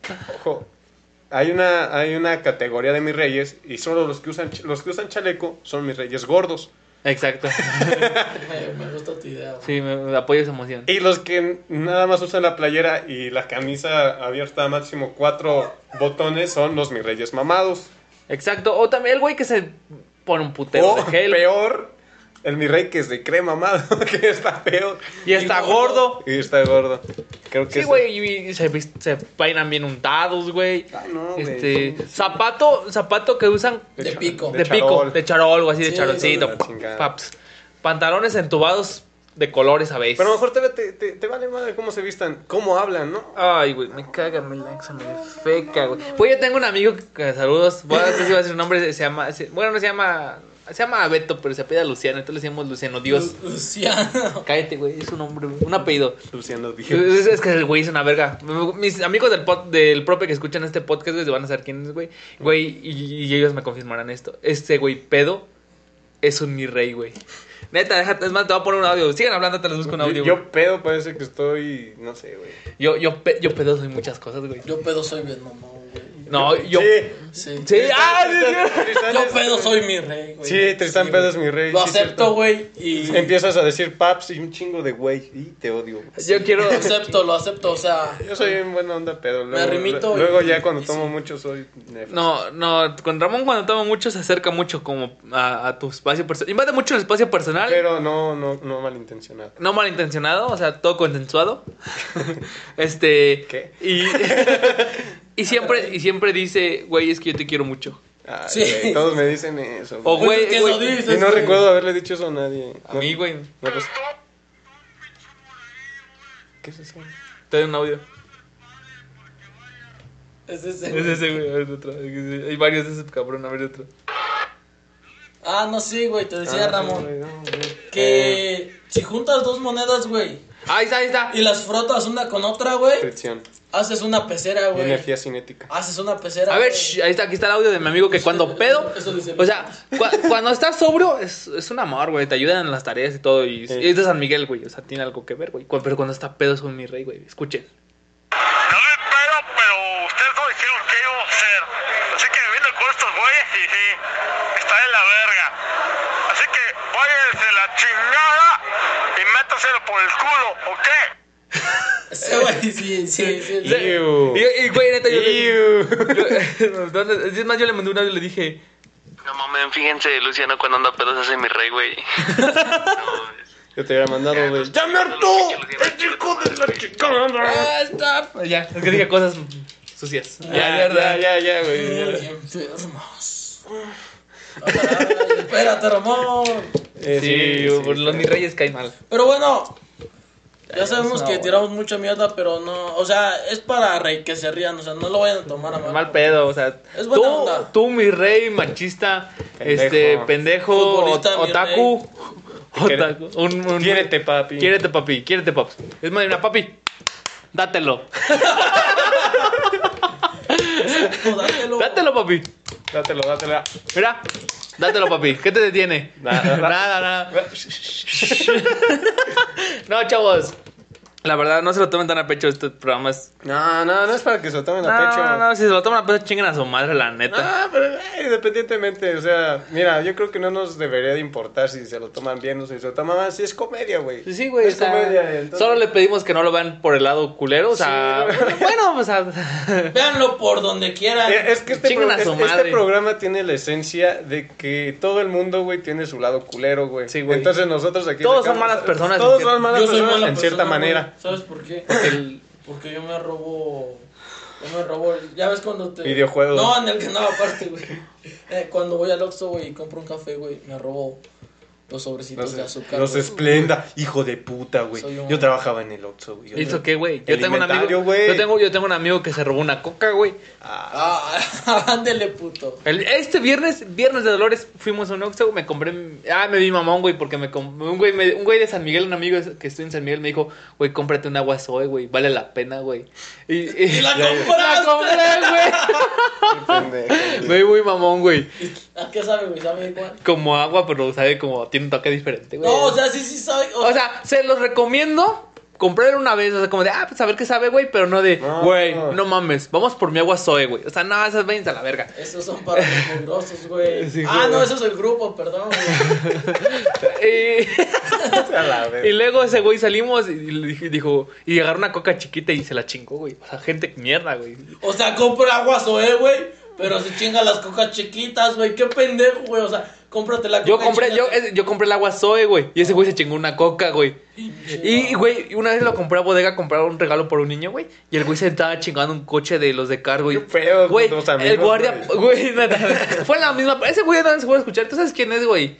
Hay una categoría de mis reyes y solo los que usan chaleco son mis reyes gordos. Exacto. Me gusta tu idea, güey. Sí, me apoyo esa emoción. Y los que nada más usan la playera y la camisa abierta a máximo 4 botones son los mis reyes mamados. Exacto. O también el güey que se pone un putero O de gel. peor, el mi rey que es de crema mamado, que está peor. Y está gordo. Y está gordo. Creo que Sí, güey, y se peinan bien untados, güey. Ay, no, güey. Zapato que usan De pico. de charol. pico, de charol o así, de Sí, charolcito. de la chingada. Paps. Pantalones entubados de colores a veces. Pero a lo mejor te vale madre cómo se vistan, cómo hablan, ¿no? Ay, güey, me caga, me feca, güey. Pues yo tengo un amigo que, saludos, voy a decir si va a decir un nombre, se llama Beto, pero se apellida Luciano, entonces le decimos Luciano Dios. Luciano. Cállate, güey, es un nombre, un apellido. Luciano Díaz. Es que el güey es una verga. Mis amigos del prope que escuchan este podcast, güey, van a saber quién es, güey. Güey, y ellos me confirmarán esto. Este güey pedo es un mi rey, güey. Neta, déjate, es más, te voy a poner un audio. Sigan hablando, te les busco un audio, güey. Yo pedo parece que estoy, no sé, güey. Yo pedo soy muchas cosas, güey. Yo pedo soy bien mamón, güey. No, yo... Sí. Sí, Yo pedo soy mi rey, güey. Sí, Tristán Pedo es mi rey. Lo sí, acepto, cierto. güey. Y Empiezas a decir paps y un chingo de güey. Y te odio. Yo quiero... lo acepto, o sea. Yo soy en buena onda, pero Me arrimito luego y- ya cuando y tomo sí. mucho soy nefasto. No, con Ramón cuando toma mucho se acerca mucho como a tu espacio personal. Invade mucho el espacio personal. Pero no malintencionado. No malintencionado, o sea, todo consensuado. ¿Qué? Y siempre dice, güey, es que yo te quiero mucho. Ay, Sí. güey, todos me dicen eso. O Pues güey, es que güey, eso dices, Y no güey. recuerdo haberle dicho eso a nadie. a mí, güey, No, pues- ¿Qué es eso? te doy un audio. Es ese, Es güey. ese, güey, a ver otro. Hay varios de ese cabrón, a ver otro. Ah, no, sí, güey. Te decía, Ramón. güey, no, güey. Que si juntas dos monedas, güey. Ahí está. Y las frotas una con otra, güey. Fricción. Haces una pecera, güey. Energía cinética. Haces una pecera. A ver, güey. ahí está, aquí está el audio de mi amigo que cuando pedo, Eso dice. o sea, cuando estás sobrio es un amor, güey, te ayudan en las tareas y todo, y es de San Miguel, güey, o sea, tiene algo que ver, güey, pero cuando está pedo es un mi rey, güey, escuchen. No me espero, pero ustedes no dijeron qué íbamos a hacer. Así que me vine con estos güeyes y sí, está de la verga. Así que váyanse la chingada y métaselo por el culo, ¿ok? Sí, güey, sí. Iu. Y güey, neta, Iu. es más, yo le mandé un audio y le dije, No mames, fíjense, Luciano, cuando anda pedo se hace mi rey, güey. Yo te hubiera mandado, güey. ¡Ya me hartó! ¡El hijo de la chingada! stop. Ya, es que dije cosas sucias. Ya, güey. Muy enfermos. Ay, espérate, Ramón. Sí, los mis reyes caen mal. Pero bueno, ya sabemos no, que güey. tiramos mucha mierda, pero no, o sea, es para que se rían, o sea, no lo vayan a tomar a Mal pedo, o sea, Es buena onda. tú, mi rey, machista, Pendejo. pendejo, Futbolista, mi otaku. Quiere- Otaku. Quiérete, papi. Quiérete, papi. Quiérete, paps. Es más, mira, papi. Dátelo. Dátelo. Dátelo, papi. Dátelo. Mira. Dátelo, papi. ¿Qué te detiene? Nada. No, chavos. La verdad, no se lo tomen tan a pecho. Este programa es... No es para que se lo tomen a pecho. No, si se lo toman a pecho, chinguen a su madre, la neta. Pero independientemente, o sea, mira, yo creo que no nos debería de importar si se lo toman bien o si se lo toman mal. Si es comedia, güey. Sí, güey. Es comedia. Entonces... Solo le pedimos que no lo vean por el lado culero, o sea... Sí, bueno, o sea... Véanlo por donde quieran. Es que este programa tiene la esencia de que todo el mundo, güey, tiene su lado culero, güey. Sí, güey. Entonces nosotros aquí... Todos son malas personas. Todos son malas personas en cierta manera. ¿Sabes por qué? Porque yo me robo. Ya ves cuando te. Videojuegos. No, en el que no, aparte, güey. Cuando voy al Oxxo, güey, y compro un café, güey, me robo los sobrecitos de azúcar. Los Splenda, hijo de puta, güey. Yo trabajaba en el Oxxo, güey. ¿Hizo qué, güey? Yo tengo un amigo. Yo tengo un amigo que se robó una coca, güey. Ándele, puto. Este viernes de Dolores, fuimos a un Oxxo, me compré. Me vi mamón, güey, porque un güey de San Miguel, un amigo que estoy en San Miguel, me dijo, güey, cómprate un agua Zoe, güey, vale la pena, güey. Y la compré, güey. Me vi muy mamón, güey. ¿A qué sabe, güey? ¿Sabe cuál? Como agua, pero sabe como tiene un toque diferente, güey. No, o sea, sí sabe. O sea, se los recomiendo. Comprarlo una vez, o sea, como de, pues a ver qué sabe, güey, pero no de, güey, no mames, vamos por mi agua Zoe, güey. O sea, no, esas váyanse a la verga. Esos son para los mugrosos, güey. Sí, no, eso es el grupo, perdón, güey. Y luego ese güey salimos y dijo, y agarró una coca chiquita y se la chingó, güey. O sea, gente mierda, güey. O sea, compra agua Zoe, güey, pero se chinga las cocas chiquitas, güey. Qué pendejo, güey, o sea... Cómprate la coca. Yo compré el agua Zoe, güey. Y ese güey se chingó una coca, güey. Y, güey, una vez lo compré a bodega a comprar un regalo por un niño, güey. Y el güey se estaba chingando un coche de los de cargo. Qué feo, güey. El guardia, güey, fue la misma. Ese güey no se puede escuchar. ¿Tú sabes quién es, güey?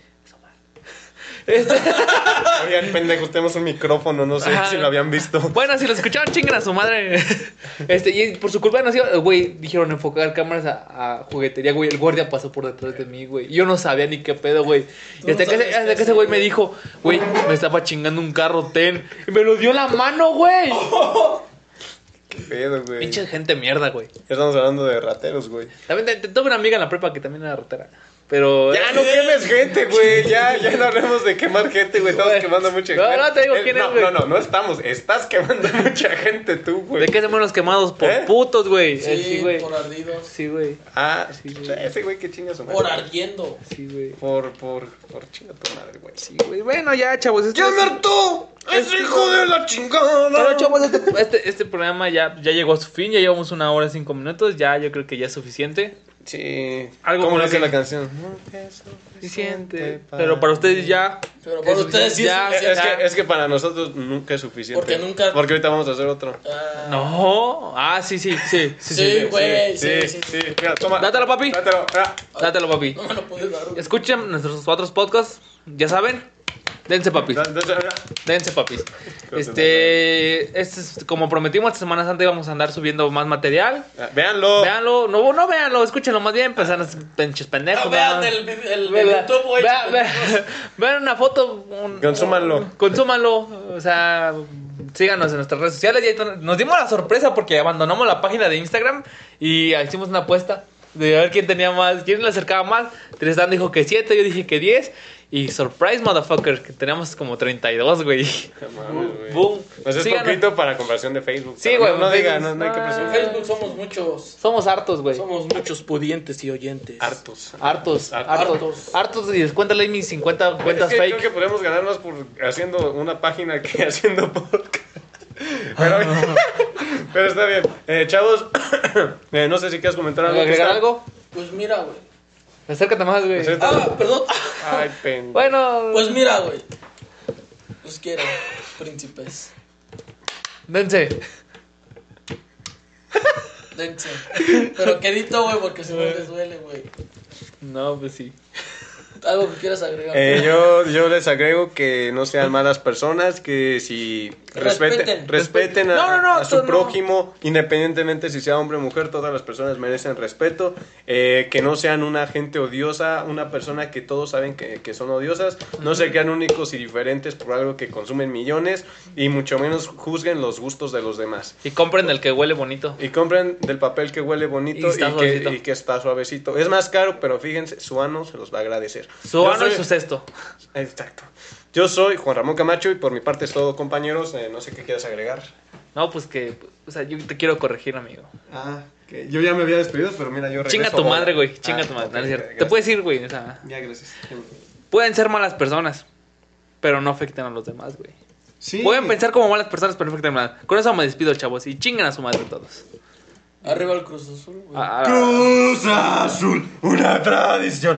Oigan, pendejos, tenemos un micrófono, no sé si lo habían visto. Bueno, si lo escucharon, chinguen a su madre. Y por su culpa no, güey, dijeron enfocar cámaras a juguetería, güey. El guardia pasó por detrás de mí, güey. Y yo no sabía ni qué pedo, güey. Y hasta que ese güey me dijo, güey, me estaba chingando un carro, ten. Y me lo dio en la mano, güey. Qué pedo, güey. Pinche gente mierda, güey. Ya estamos hablando de rateros, güey. También tuve una amiga en la prepa que también era ratera. Pero... Ya no quemes gente, güey. Ya no hablemos de quemar gente, güey. Estamos quemando mucha gente. No te digo quién es, güey. No estamos. Estás quemando mucha gente tú, güey. ¿De qué se mueren los quemados? Por putos, güey. Sí, güey. Por ardidos. Sí, güey. Sí, güey. Ese güey que chinga su madre. Por ardiendo. Sí, güey. Por chinga tu madre, güey. Sí, güey. Bueno, ya, chavos. ¡Ya me hartó! ¡Es hijo de la chingada! Pero, chavos, este programa ya llegó a su fin. Ya llevamos 1 hora 5 minutos. Ya, yo creo que ya es suficiente. Sí. Algo como dice la canción. No es suficiente. Pero para ustedes ya. Pero para ustedes sí ya, es que para nosotros nunca es suficiente. Porque ahorita vamos a hacer otro. No. Sí, güey. Sí. Mira, toma. Dátelo, papi. Dátelo, papi. No me lo puedes dar, güey. Escuchen nuestros otros podcasts. Ya saben. Dense, papis. Dense, papis. Como prometimos, esta Semana Santa íbamos a andar subiendo más material. Véanlo. No véanlo, escúchenlo más bien. Pues pinches pendejos. Vean el YouTube, güey. Vean una foto. Consúmanlo. O sea, síganos en nuestras redes sociales. Ya nos dimos la sorpresa porque abandonamos la página de Instagram y hicimos una apuesta de a ver quién tenía más, quién le acercaba más. Tristan dijo que 7, yo dije que 10. Y surprise, motherfucker, que tenemos como 32, güey. Boom. Pues es poquito para comparación de Facebook. Sí, güey. No hay que presumir. En Facebook somos muchos. Somos hartos, güey. Somos muchos pudientes y oyentes. Hartos. Y descuéntale ahí mis 50 cuentas fake. Creo que podemos ganar más por haciendo una página que haciendo podcast. Pero está bien. Chavos, no sé si quieres comentar algo. ¿Agregar algo? Pues mira, güey. Acércate más, güey. Perdón. Ay, pendejo. Bueno. Pues mira, güey. Los quiero, príncipes. Dense. Pero quedito, güey, porque si no les duele, güey. No, pues sí. ¿Algo que quieras agregar? Yo les agrego que no sean malas personas, que si respeten a su prójimo, independientemente si sea hombre o mujer, todas las personas merecen respeto, que no sean una gente odiosa, una persona que todos saben que son odiosas, no se crean únicos y diferentes por algo que consumen millones, y mucho menos juzguen los gustos de los demás. Y compren del que huele bonito. Y compren del papel que huele bonito y que está suavecito. Es más caro, pero fíjense, su ano se los va a agradecer. Su ano y su cesto. Exacto. Yo soy Juan Ramón Camacho y por mi parte es todo, compañeros. No sé qué quieras agregar. No, pues que, o sea, yo te quiero corregir, amigo. Que yo ya me había despedido, pero mira, yo regreso. Chinga tu madre, güey. Chinga tu madre. No es cierto. Te puedes ir, güey. O sea, ya, gracias. Pueden ser malas personas, pero no afecten a los demás, güey. Sí. Pueden pensar como malas personas, pero no afecten a nada. Con eso me despido, chavos. Y chingan a su madre todos. Arriba el Cruz Azul, güey. Cruz Azul, una tradición.